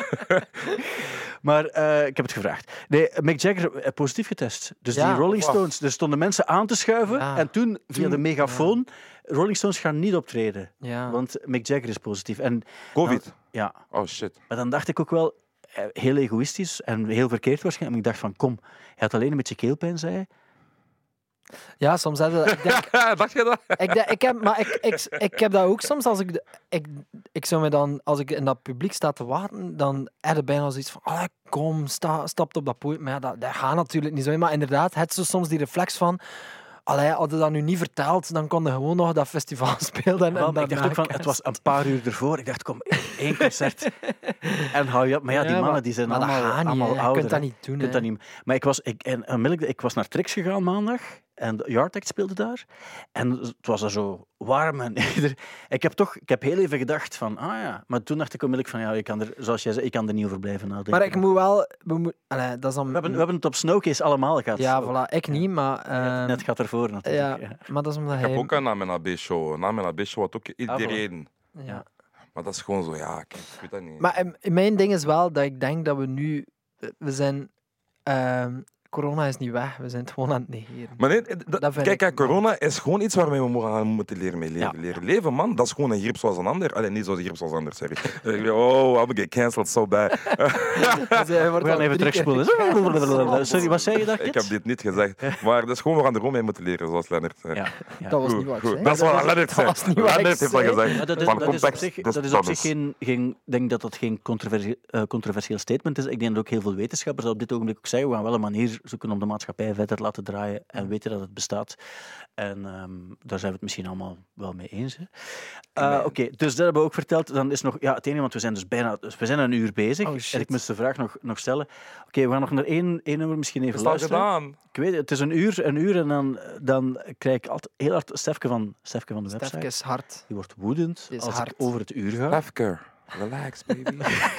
Maar eh, ik heb het gevraagd. Nee, Mick Jagger, eh, positief getest. Dus Ja, die Rolling wow. Stones, er stonden mensen aan te schuiven. Ja. En toen, via Toen- de megafoon, Rolling Stones gaan niet optreden. Ja. Want Mick Jagger is positief. En, Covid. ja, Oh shit. maar dan dacht ik ook wel, eh, heel egoïstisch en heel verkeerd waarschijnlijk. Maar ik dacht van, kom, hij had alleen een beetje keelpijn, zei hij. Ja, soms hebben we... Ik denk, Dacht je dat? ik, denk- ik, heb, maar ik, ik, ik heb dat ook soms als ik, de- ik... Ik zou me dan... Als ik in dat publiek sta te wachten, dan heb je bijna zoiets van... Allee, kom, sta, stap op dat podium. Maar ja, dat, dat gaat natuurlijk niet zo. Maar inderdaad, het is zo soms die reflex van... Allee, had je dat nu niet verteld, dan kon je gewoon nog dat festival spelen. En, en Want ik dacht daarna ook van, het was een paar uur ervoor. Ik dacht, kom, één concert. En hou je op. Maar ja, die Ja, mannen maar- die zijn maar dat allemaal, gaat niet, allemaal hè. Je ouder. kunt dat hè. niet doen, Je kunt hè. dat niet. Maar ik was, ik, en, onmiddellijk, ik was naar Trix gegaan maandag. En de Yard Act speelde daar. En het was er zo warm. En ieder- ik heb toch ik heb heel even gedacht van, ah ja. Maar toen dacht ik onmiddellijk van, ja, je kan er, zoals jij zei, ik kan er niet over blijven nadenken. Maar ik moet wel... We, moet, allee, dat is dan, we, hebben, we hebben het op Snowcase allemaal gehad. Ja, Zo. voilà. Ik niet, maar... ehm, Net gaat ervoor natuurlijk. ja, Ja. maar dat is omdat Ik hij... heb ook een na mijn A B-show. Na mijn A B-show had ook Ah, iedereen. Ja. Maar dat is gewoon zo, ja, kijk, ik weet dat niet. Maar em, mijn ding is wel dat ik denk dat we nu... We zijn... ehm, corona is niet weg, we zijn het gewoon aan het negeren. Maar nee, dat- Dat vind kijk, ik- kijk, corona is gewoon iets waarmee we moeten, gaan moeten leren mee leven. Ja. Leren leven, man. Dat is gewoon een griep zoals een ander. Alleen niet zoals een griep zoals een ander, sorry. Eh, oh, I'm get cancelled so bad. Dus hij wordt We gaan al even drie keer terugspoelen. Sorry, wat zei je daar, Ik heb Kit? dit niet gezegd. Maar dat is gewoon, we gaan er gewoon mee moeten leren, zoals Lennart zei. Ja, ja. Dat was Goed, niet wat ik goed. zei. Dat is wat Lennart zei. was niet wat ik Lennart heeft dat zei. gezegd. Maar dat is, Van dat is op context, zich, dus dat is op dat zich geen, geen... Ik denk dat dat geen controversie, eh, controversieel statement is. Ik denk dat ook heel veel wetenschappers dat op dit ogenblik ook zeggen. We gaan wel een manier zoeken om de maatschappij verder te laten draaien en weten dat het bestaat. En um, daar zijn we het misschien allemaal wel mee eens. Hè. Uh, Oké, okay, dus dat hebben we ook verteld. Dan is nog ja, het enige, want we zijn dus bijna dus we zijn een uur bezig. Oh, en ik moest de vraag nog, nog stellen. Oké, okay, we gaan nog naar één, één nummer misschien even Is dat luisteren. gedaan? Ik weet het, het is een uur, een uur en dan, dan krijg ik altijd heel hard Stefke van, Stefke van de website. Stefke is hard. Die wordt woedend is als hard. ik over het uur ga. Stefke, relax baby.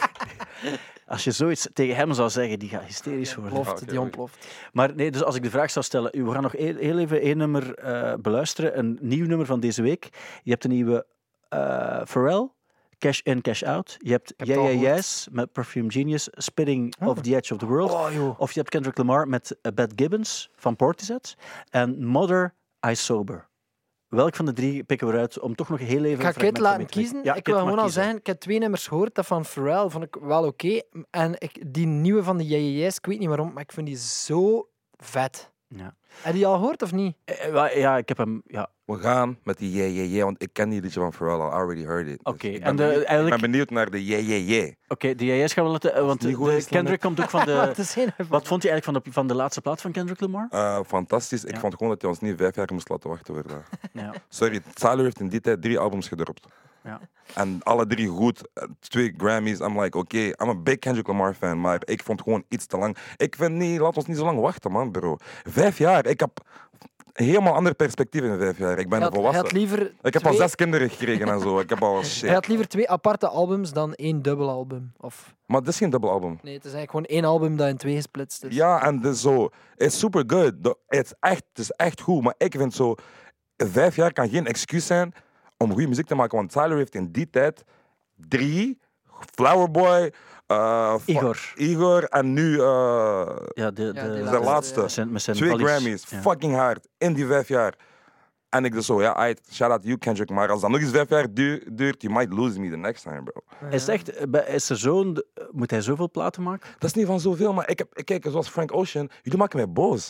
Als je zoiets tegen hem zou zeggen, die gaat hysterisch worden. Ontploft, Ah, oké, die oké. ontploft. Maar nee, dus als ik de vraag zou stellen, we gaan nog heel heel even één nummer uh, beluisteren, een nieuw nummer van deze week. Je hebt een nieuwe uh, Pharrell, Cash In, Cash Out. Je hebt heb Yeah het al Yeah gehoord. Yes met Perfume Genius, Spitting Oh. Off The Edge Of The World. Oh, joh. Of je hebt Kendrick Lamar met uh, Bad Gibbons van Portishead en Mother, I Sober. Welk van de drie pikken we eruit om toch nog heel even... Ik ga een Kit fragment laten mee te leggen? kiezen. Ja, ik Kit wil mag gewoon al kiezen. zeggen, ik heb twee nummers gehoord. Dat van Pharrell vond ik wel oké. Okay. En ik, die nieuwe van de J J J's, ik weet niet waarom, maar ik vind die zo vet. Ja. Heb je die al gehoord of niet? Eh, wel, ja, ik heb hem... Ja. We gaan met die yeah, yeah, yeah, want ik ken die liedje van Pharrell, I already heard it. Dus Oké, ik ben en de- benieuwd- eigenlijk- Ik ben benieuwd naar de yeah, yeah, yeah. Oké, okay, de J J's gaan we laten... uh, want niet goed de is, Kendrick komt ook van de... Het is geen Wat vond je eigenlijk van de, van de laatste plaat van Kendrick Lamar? Uh, fantastisch. Ik Ja. vond gewoon dat hij ons niet vijf jaar moest laten wachten worden. Ja. Sorry, Tyler heeft in die tijd drie albums gedropt. Ja. En alle drie goed. Uh, Twee Grammys. I'm like, oké, okay, I'm a big Kendrick Lamar fan, maar ik vond gewoon iets te lang. Ik vind niet, laat ons niet zo lang wachten, man, bro. Vijf jaar. Ik heb een helemaal ander perspectief in vijf jaar. Ik ben Hij een had, hij volwassen. had liever Ik heb al twee- zes kinderen gekregen en zo. Ik heb al Hij shit. had liever twee aparte albums dan één dubbel album. Of... Maar dit is geen dubbel album. Nee, het is eigenlijk gewoon één album dat in twee gesplitst is. Ja, en dus zo. Het is super good. Het is echt, het is echt goed. Maar ik vind zo, vijf jaar kan geen excuus zijn om goede muziek te maken. Want Tyler heeft in die tijd drie, Flower Boy, uh, fa- Igor. Igor en nu uh, Ja, de, de, Ja, die zijn laatste. met zijn, met zijn Twee valies. Grammys. Ja. Fucking hard. In die vijf jaar. En ik dus zo, ja, aight, shout out to you Kendrick. Maar als dat nog eens vijf jaar du- duurt, you might lose me the next time, bro. Is, het echt, is er zo'n... Moet hij zoveel platen maken? Dat is niet van zoveel, maar ik heb, ik kijk, zoals Frank Ocean, jullie maken mij boos.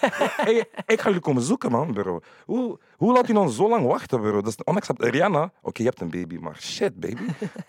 ik, ik ga jullie komen zoeken, man, bro. Hoe, hoe laat je nou zo lang wachten, bro? Dat is onacceptabel. Rihanna, oké, okay, je hebt een baby, maar shit, baby.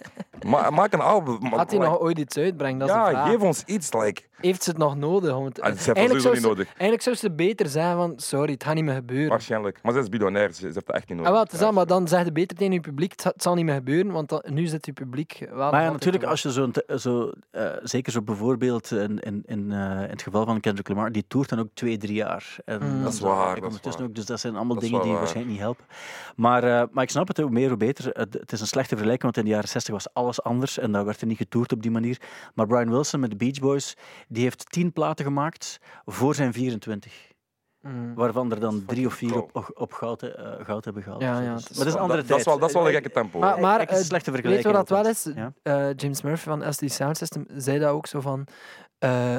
Ma maak een album. ma- Gaat hij like, nog ooit iets uitbrengen? Dat is de ja, vraag. geef ons iets, like... Heeft ze het nog nodig? Om het... Ah, ze heeft het eigenlijk, sowieso zou niet ze, nodig. eigenlijk zou ze beter zijn van, sorry, het gaat niet meer gebeuren. Waarschijnlijk. Maar ze is biljonair, ze, ze heeft het echt niet Ah, nodig. wel, het is dat, maar dan zeg je beter tegen je publiek, het, het zal niet meer gebeuren, want dan, nu zit je publiek wel nog Maar ja, altijd natuurlijk, te als je zo, zo uh, zeker zo bijvoorbeeld in, in, in, uh, in het geval van Kendrick Lamar, die toert dan ook twee, drie jaar. En Mm. dan Dat is zou waar, ik dat is ondertussen waar. ook, dus dat zijn allemaal Dat is dingen die wel waar. waarschijnlijk niet helpen. Maar, uh, maar ik snap het, hoe meer hoe beter. Het, het is een slechte vergelijking, want in de jaren zestig was alles anders en daar werd er niet getoerd op die manier. Maar Brian Wilson met de Beach Boys, die heeft tien platen gemaakt voor zijn vierentwintig. Mm. Waarvan er dan drie of vier cool. op, op, op goud, uh, goud hebben gehaald. Ja, of zo. ja, Dus- het is maar dat is een Dat, andere dat is tijd. wel, dat is wel een gekke tempo. Maar, hoor. maar Het is een eh, slechte weet je vergelijking. wat dat wel altijd. is? Ja. Eh, James Murphy van S D Sound System zei dat ook zo van... eh,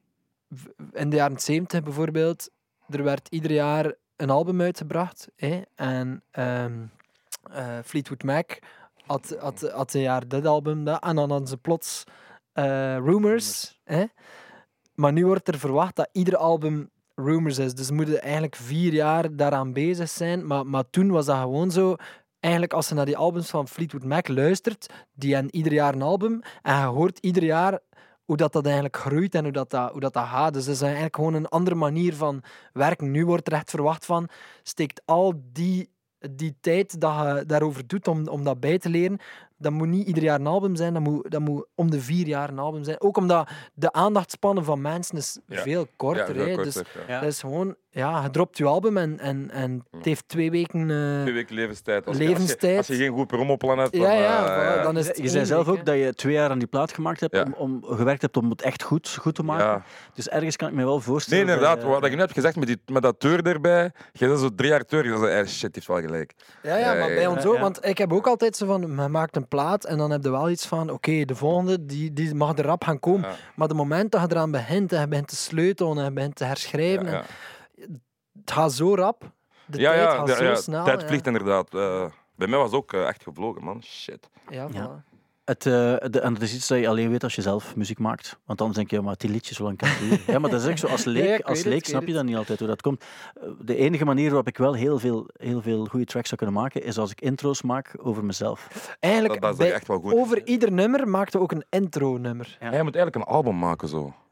v- in de jaren zeventig bijvoorbeeld, er werd ieder jaar een album uitgebracht. Hè, en ehm, eh, Fleetwood Mac had, had, had een jaar dit album, dat, en dan hadden ze plots eh, Rumors. Rumors. Hè. Maar nu wordt er verwacht dat ieder album Rumors is. Dus ze moeten eigenlijk vier jaar daaraan bezig zijn. Maar, maar toen was dat gewoon zo... Eigenlijk, als je naar die albums van Fleetwood Mac luistert, die hebben ieder jaar een album, en je hoort ieder jaar hoe dat, dat eigenlijk groeit en hoe dat, dat, hoe dat, dat gaat. Dus dat is eigenlijk gewoon een andere manier van werken. Nu wordt er echt verwacht van, steekt al die, die tijd dat je daarover doet om, om dat bij te leren, dat moet niet ieder jaar een album zijn, dat moet, dat moet om de vier jaar een album zijn. Ook omdat de aandachtspannen van mensen is Ja. veel korter. Ja, veel hè. korter, Dus ja. Ja. dat is gewoon, ja, je dropt je album en, en, en het heeft twee weken... eh, Twee weken levenstijd. Als je- levenstijd. Als je, als je geen goed promopplan hebt, dan... Ja, ja, eh, voilà, dan is Je, het je één zei zelf week, ook hè. dat je twee jaar aan die plaat gemaakt hebt, Ja. om, om gewerkt hebt om het echt goed, goed te maken. ja. Dus ergens kan ik me wel Nee, voorstellen... inderdaad. dat je- Wat je nu hebt gezegd met, die, met dat teur erbij, je bent zo drie jaar teur, je zei, eh, shit, die heeft wel gelijk. Ja, ja, Ja, maar ja, bij ja. ons ook. Ja. Want ik heb ook altijd zo van, je maakt een plaat en dan heb je wel iets van, oké, de volgende, die, die mag er rap gaan komen. Ja. Maar de moment dat je eraan begint en je begint te sleutelen en je begint te herschrijven, Ja, ja. en het gaat zo rap. De ja, tijd ja, gaat ja, zo ja, snel. tijd ja. vliegt inderdaad. Uh, bij mij was het ook uh, echt gevlogen, man. Shit. Ja, voilà. Ja. Het, uh, de, en dat is iets dat je alleen weet als je zelf muziek maakt. Want dan denk je, maar die liedjes, zo lang kan het duren. Ja, maar dat is echt zo. Als leek, Ja, ik als weet leek het, ik snap weet je dan niet altijd hoe dat komt. Uh, De enige manier waarop ik wel heel veel, heel veel goede tracks zou kunnen maken, is als ik intro's maak over mezelf. Eigenlijk, Dat, dat is bij- echt wel goed. over ieder nummer maakte ook een intro-nummer. Ja. Hij moet eigenlijk een album maken, zo.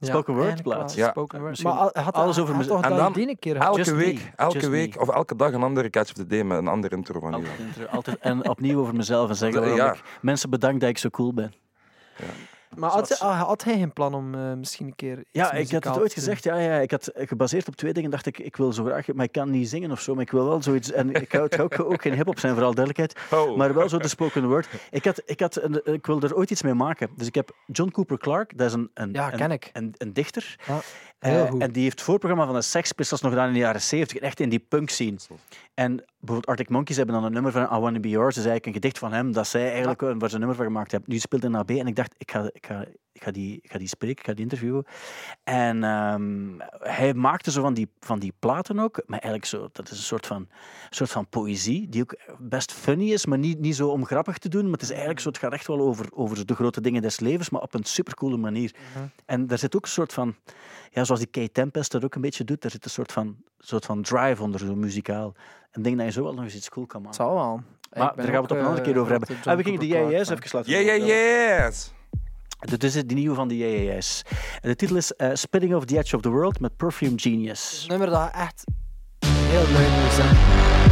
Spoken word eigenlijk plaats. wel, Ja. spoken word. Misschien Maar hij had, alles hij over had mezelf. toch En dat dan idee een keer Elke Just week, me, elke just week me. of elke dag een andere Catch of the Day met een andere intro van u. Altijd, intro, altijd. En opnieuw over mezelf en zeggen waarom Ja. ik mensen bedank dat ik zo cool ben. Maar had, Zoals- hij- had hij geen plan om uh, misschien een keer iets Ja, ik had muzikaal het ooit te doen? gezegd. Ja, ja, ik had gebaseerd op twee dingen. Dacht ik, ik wil zo graag, maar ik kan niet zingen of zo. Maar ik wil wel zoiets. En ik hou het ook, ook geen hip-hop zijn, vooral duidelijkheid. Oh. Maar wel zo de spoken word. Ik, had, ik, had een, ik wil er ooit iets mee maken. Dus ik heb John Cooper Clarke, dat is een, een, Ja, een, ken ik. een, een dichter. Ja, heel Eh, goed. en die heeft het voorprogramma van de Sex Pistols nog gedaan in de jaren zeventig. Echt in die punk scene. En bijvoorbeeld Arctic Monkeys hebben dan een nummer van I Wanna Be Yours. Dat is eigenlijk een gedicht van hem dat zij eigenlijk waar ze een nummer van gemaakt hebben. Nu speelde in A B en ik dacht, ik ga, ik ga, ik ga, die, ik ga die spreken, ik ga die interviewen. En um, hij maakte zo van die, van die platen ook, maar eigenlijk zo, dat is een soort van, soort van poëzie die ook best funny is, maar niet, niet zo om grappig te doen. Maar het is eigenlijk zo, het gaat echt wel over, over de grote dingen des levens, maar op een supercoole manier. Uh-huh. En daar zit ook een soort van, ja, zoals die Kay Tempest dat ook een beetje doet, daar zit een soort van, soort van drive onder, zo muzikaal. En ik denk dat je zo wel nog eens iets cool kan maken. Het zal wel. Maar daar gaan we het op een andere keer over hebben. Ah, we gingen de J J S even laten Yeah, yeah, horen. yes! Dit is die nieuwe van de J J S. De titel is uh, Spinning Off the Edge of the World met Perfume Genius. Een nummer dat echt heel leuk moet zijn.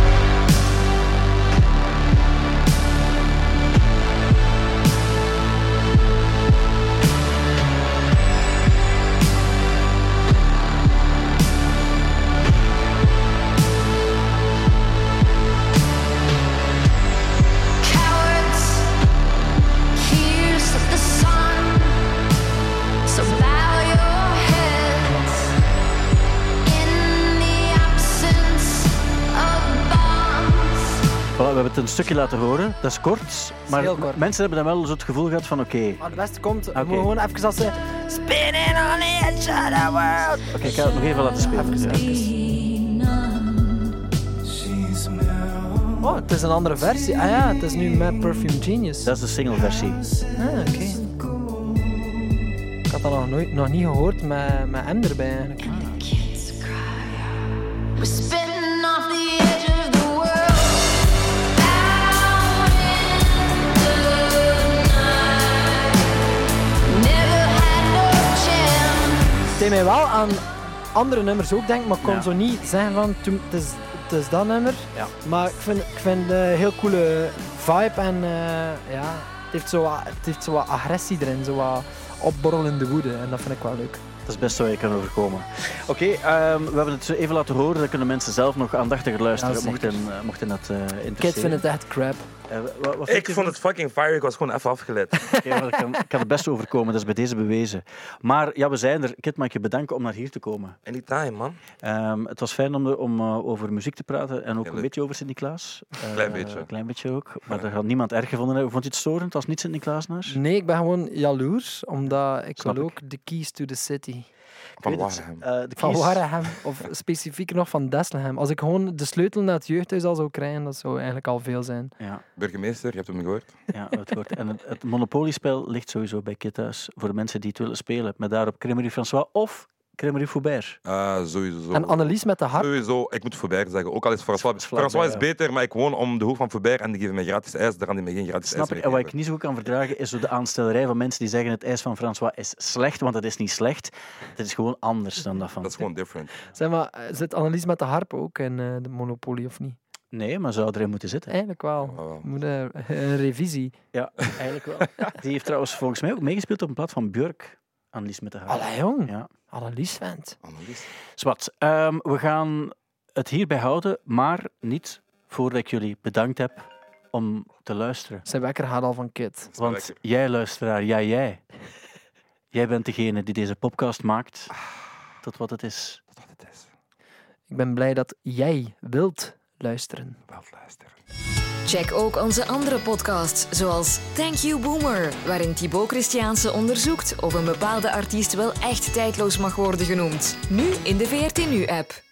Voilà, we hebben het een stukje laten horen. Dat is kort, maar heel kort. mensen hebben dan wel zo het gevoel gehad van oké. Okay. Maar het beste komt, we Okay. moeten gewoon even als ze spinning on the edge of the world. Oké, okay, ik ga het nog even laten spelen. Even, even. Oh, het is een andere versie. Ah ja, het is nu met Perfume Genius. Dat is de singleversie. Ah, oké. Okay. Ik had dat nog, nooit, nog niet gehoord met, met hem erbij eigenlijk. We're spinning off the edge of the world. Out in the night. Never had no chance. Het deed mij wel aan andere nummers ook denken, maar ik kon Ja. zo niet zeggen van toen, het, is, het is dat nummer. Ja. Maar ik vind, ik vind het een heel coole vibe en uh, ja, het heeft, zo wat, het heeft zo wat agressie erin, zo wat opborrelende woede en dat vind ik wel leuk. Dat is best zo je kan overkomen. Oké, okay, um, we hebben het zo even laten horen. Dan kunnen mensen zelf nog aandachtiger luisteren, Ja, mochten, uh, mochten dat uh, interesseren. Kid vindt het echt crap. Uh, wat, wat Ik vond het fucking fire, ik was gewoon even afgeleid. Okay, ik, kan, ik kan het best overkomen, dat is bij deze bewezen. Maar ja, we zijn er. Kid, mag ik je bedanken om naar hier te komen. Anytime, man. Um, het was fijn om, de, om uh, over muziek te praten en ook Heel een beetje over Sint-Niklaas. Uh, klein beetje. Een klein beetje ook. Maar daar had niemand erg gevonden hebben. Vond je het storend als niet Sint-Niklaasnaar? Nee, ik ben gewoon jaloers, omdat ik Snap wil ik. ook de keys to the city. Van Het, Wareham. uh, de Van keys- Wareham, of specifieker nog van Desselham. Als ik gewoon de sleutel naar het jeugdhuis al zou krijgen, dat zou eigenlijk al veel zijn. Ja, Burgemeester, je hebt hem gehoord. ja, het wordt. En het, het Monopoly-spel ligt sowieso bij Kid thuis voor de mensen die het willen spelen. Met daarop Crèmerie François of Crèmerie Foubert. Uh, sowieso. En Annelies met de harp. Sowieso, ik moet Foubert zeggen. Ook al is François... Dat is vlakbij, François is ja. beter, maar ik woon om de hoek van Foubert en die geven mij gratis ijs. Daar gaan die mij geen gratis Snap ijs ik. meer En wat ik geven. niet zo goed kan verdragen is zo de aanstellerij van mensen die zeggen het ijs van François is slecht, want het is niet slecht. Het is gewoon anders dan dat van... Dat is gewoon different. Zeg maar, zit Annelies met de harp ook in uh, de Monopoly of niet? Nee, maar zou erin moeten zitten. Eigenlijk wel. Oh, wow. Moet er een revisie. Ja, eigenlijk wel. Die heeft trouwens volgens mij ook meegespeeld op een plaat van Björk. Annelies met de haar. Allee, jong. Ja. Annelies vent. Annelies. Zwat, um, we gaan het hierbij houden, maar niet voordat ik jullie bedankt heb om te luisteren. Zijn wekker gaat al van Kid. wel Want lekker. jij, luisteraar, ja, jij. Jij bent degene die deze podcast maakt tot wat het is. Dat wat het is. Ik ben blij dat jij wilt luisteren. Wel luisteren. Check ook onze andere podcasts, zoals Thank You Boomer, waarin Thibaut Christiaanse onderzoekt of een bepaalde artiest wel echt tijdloos mag worden genoemd. Nu in de V R T Nu-app.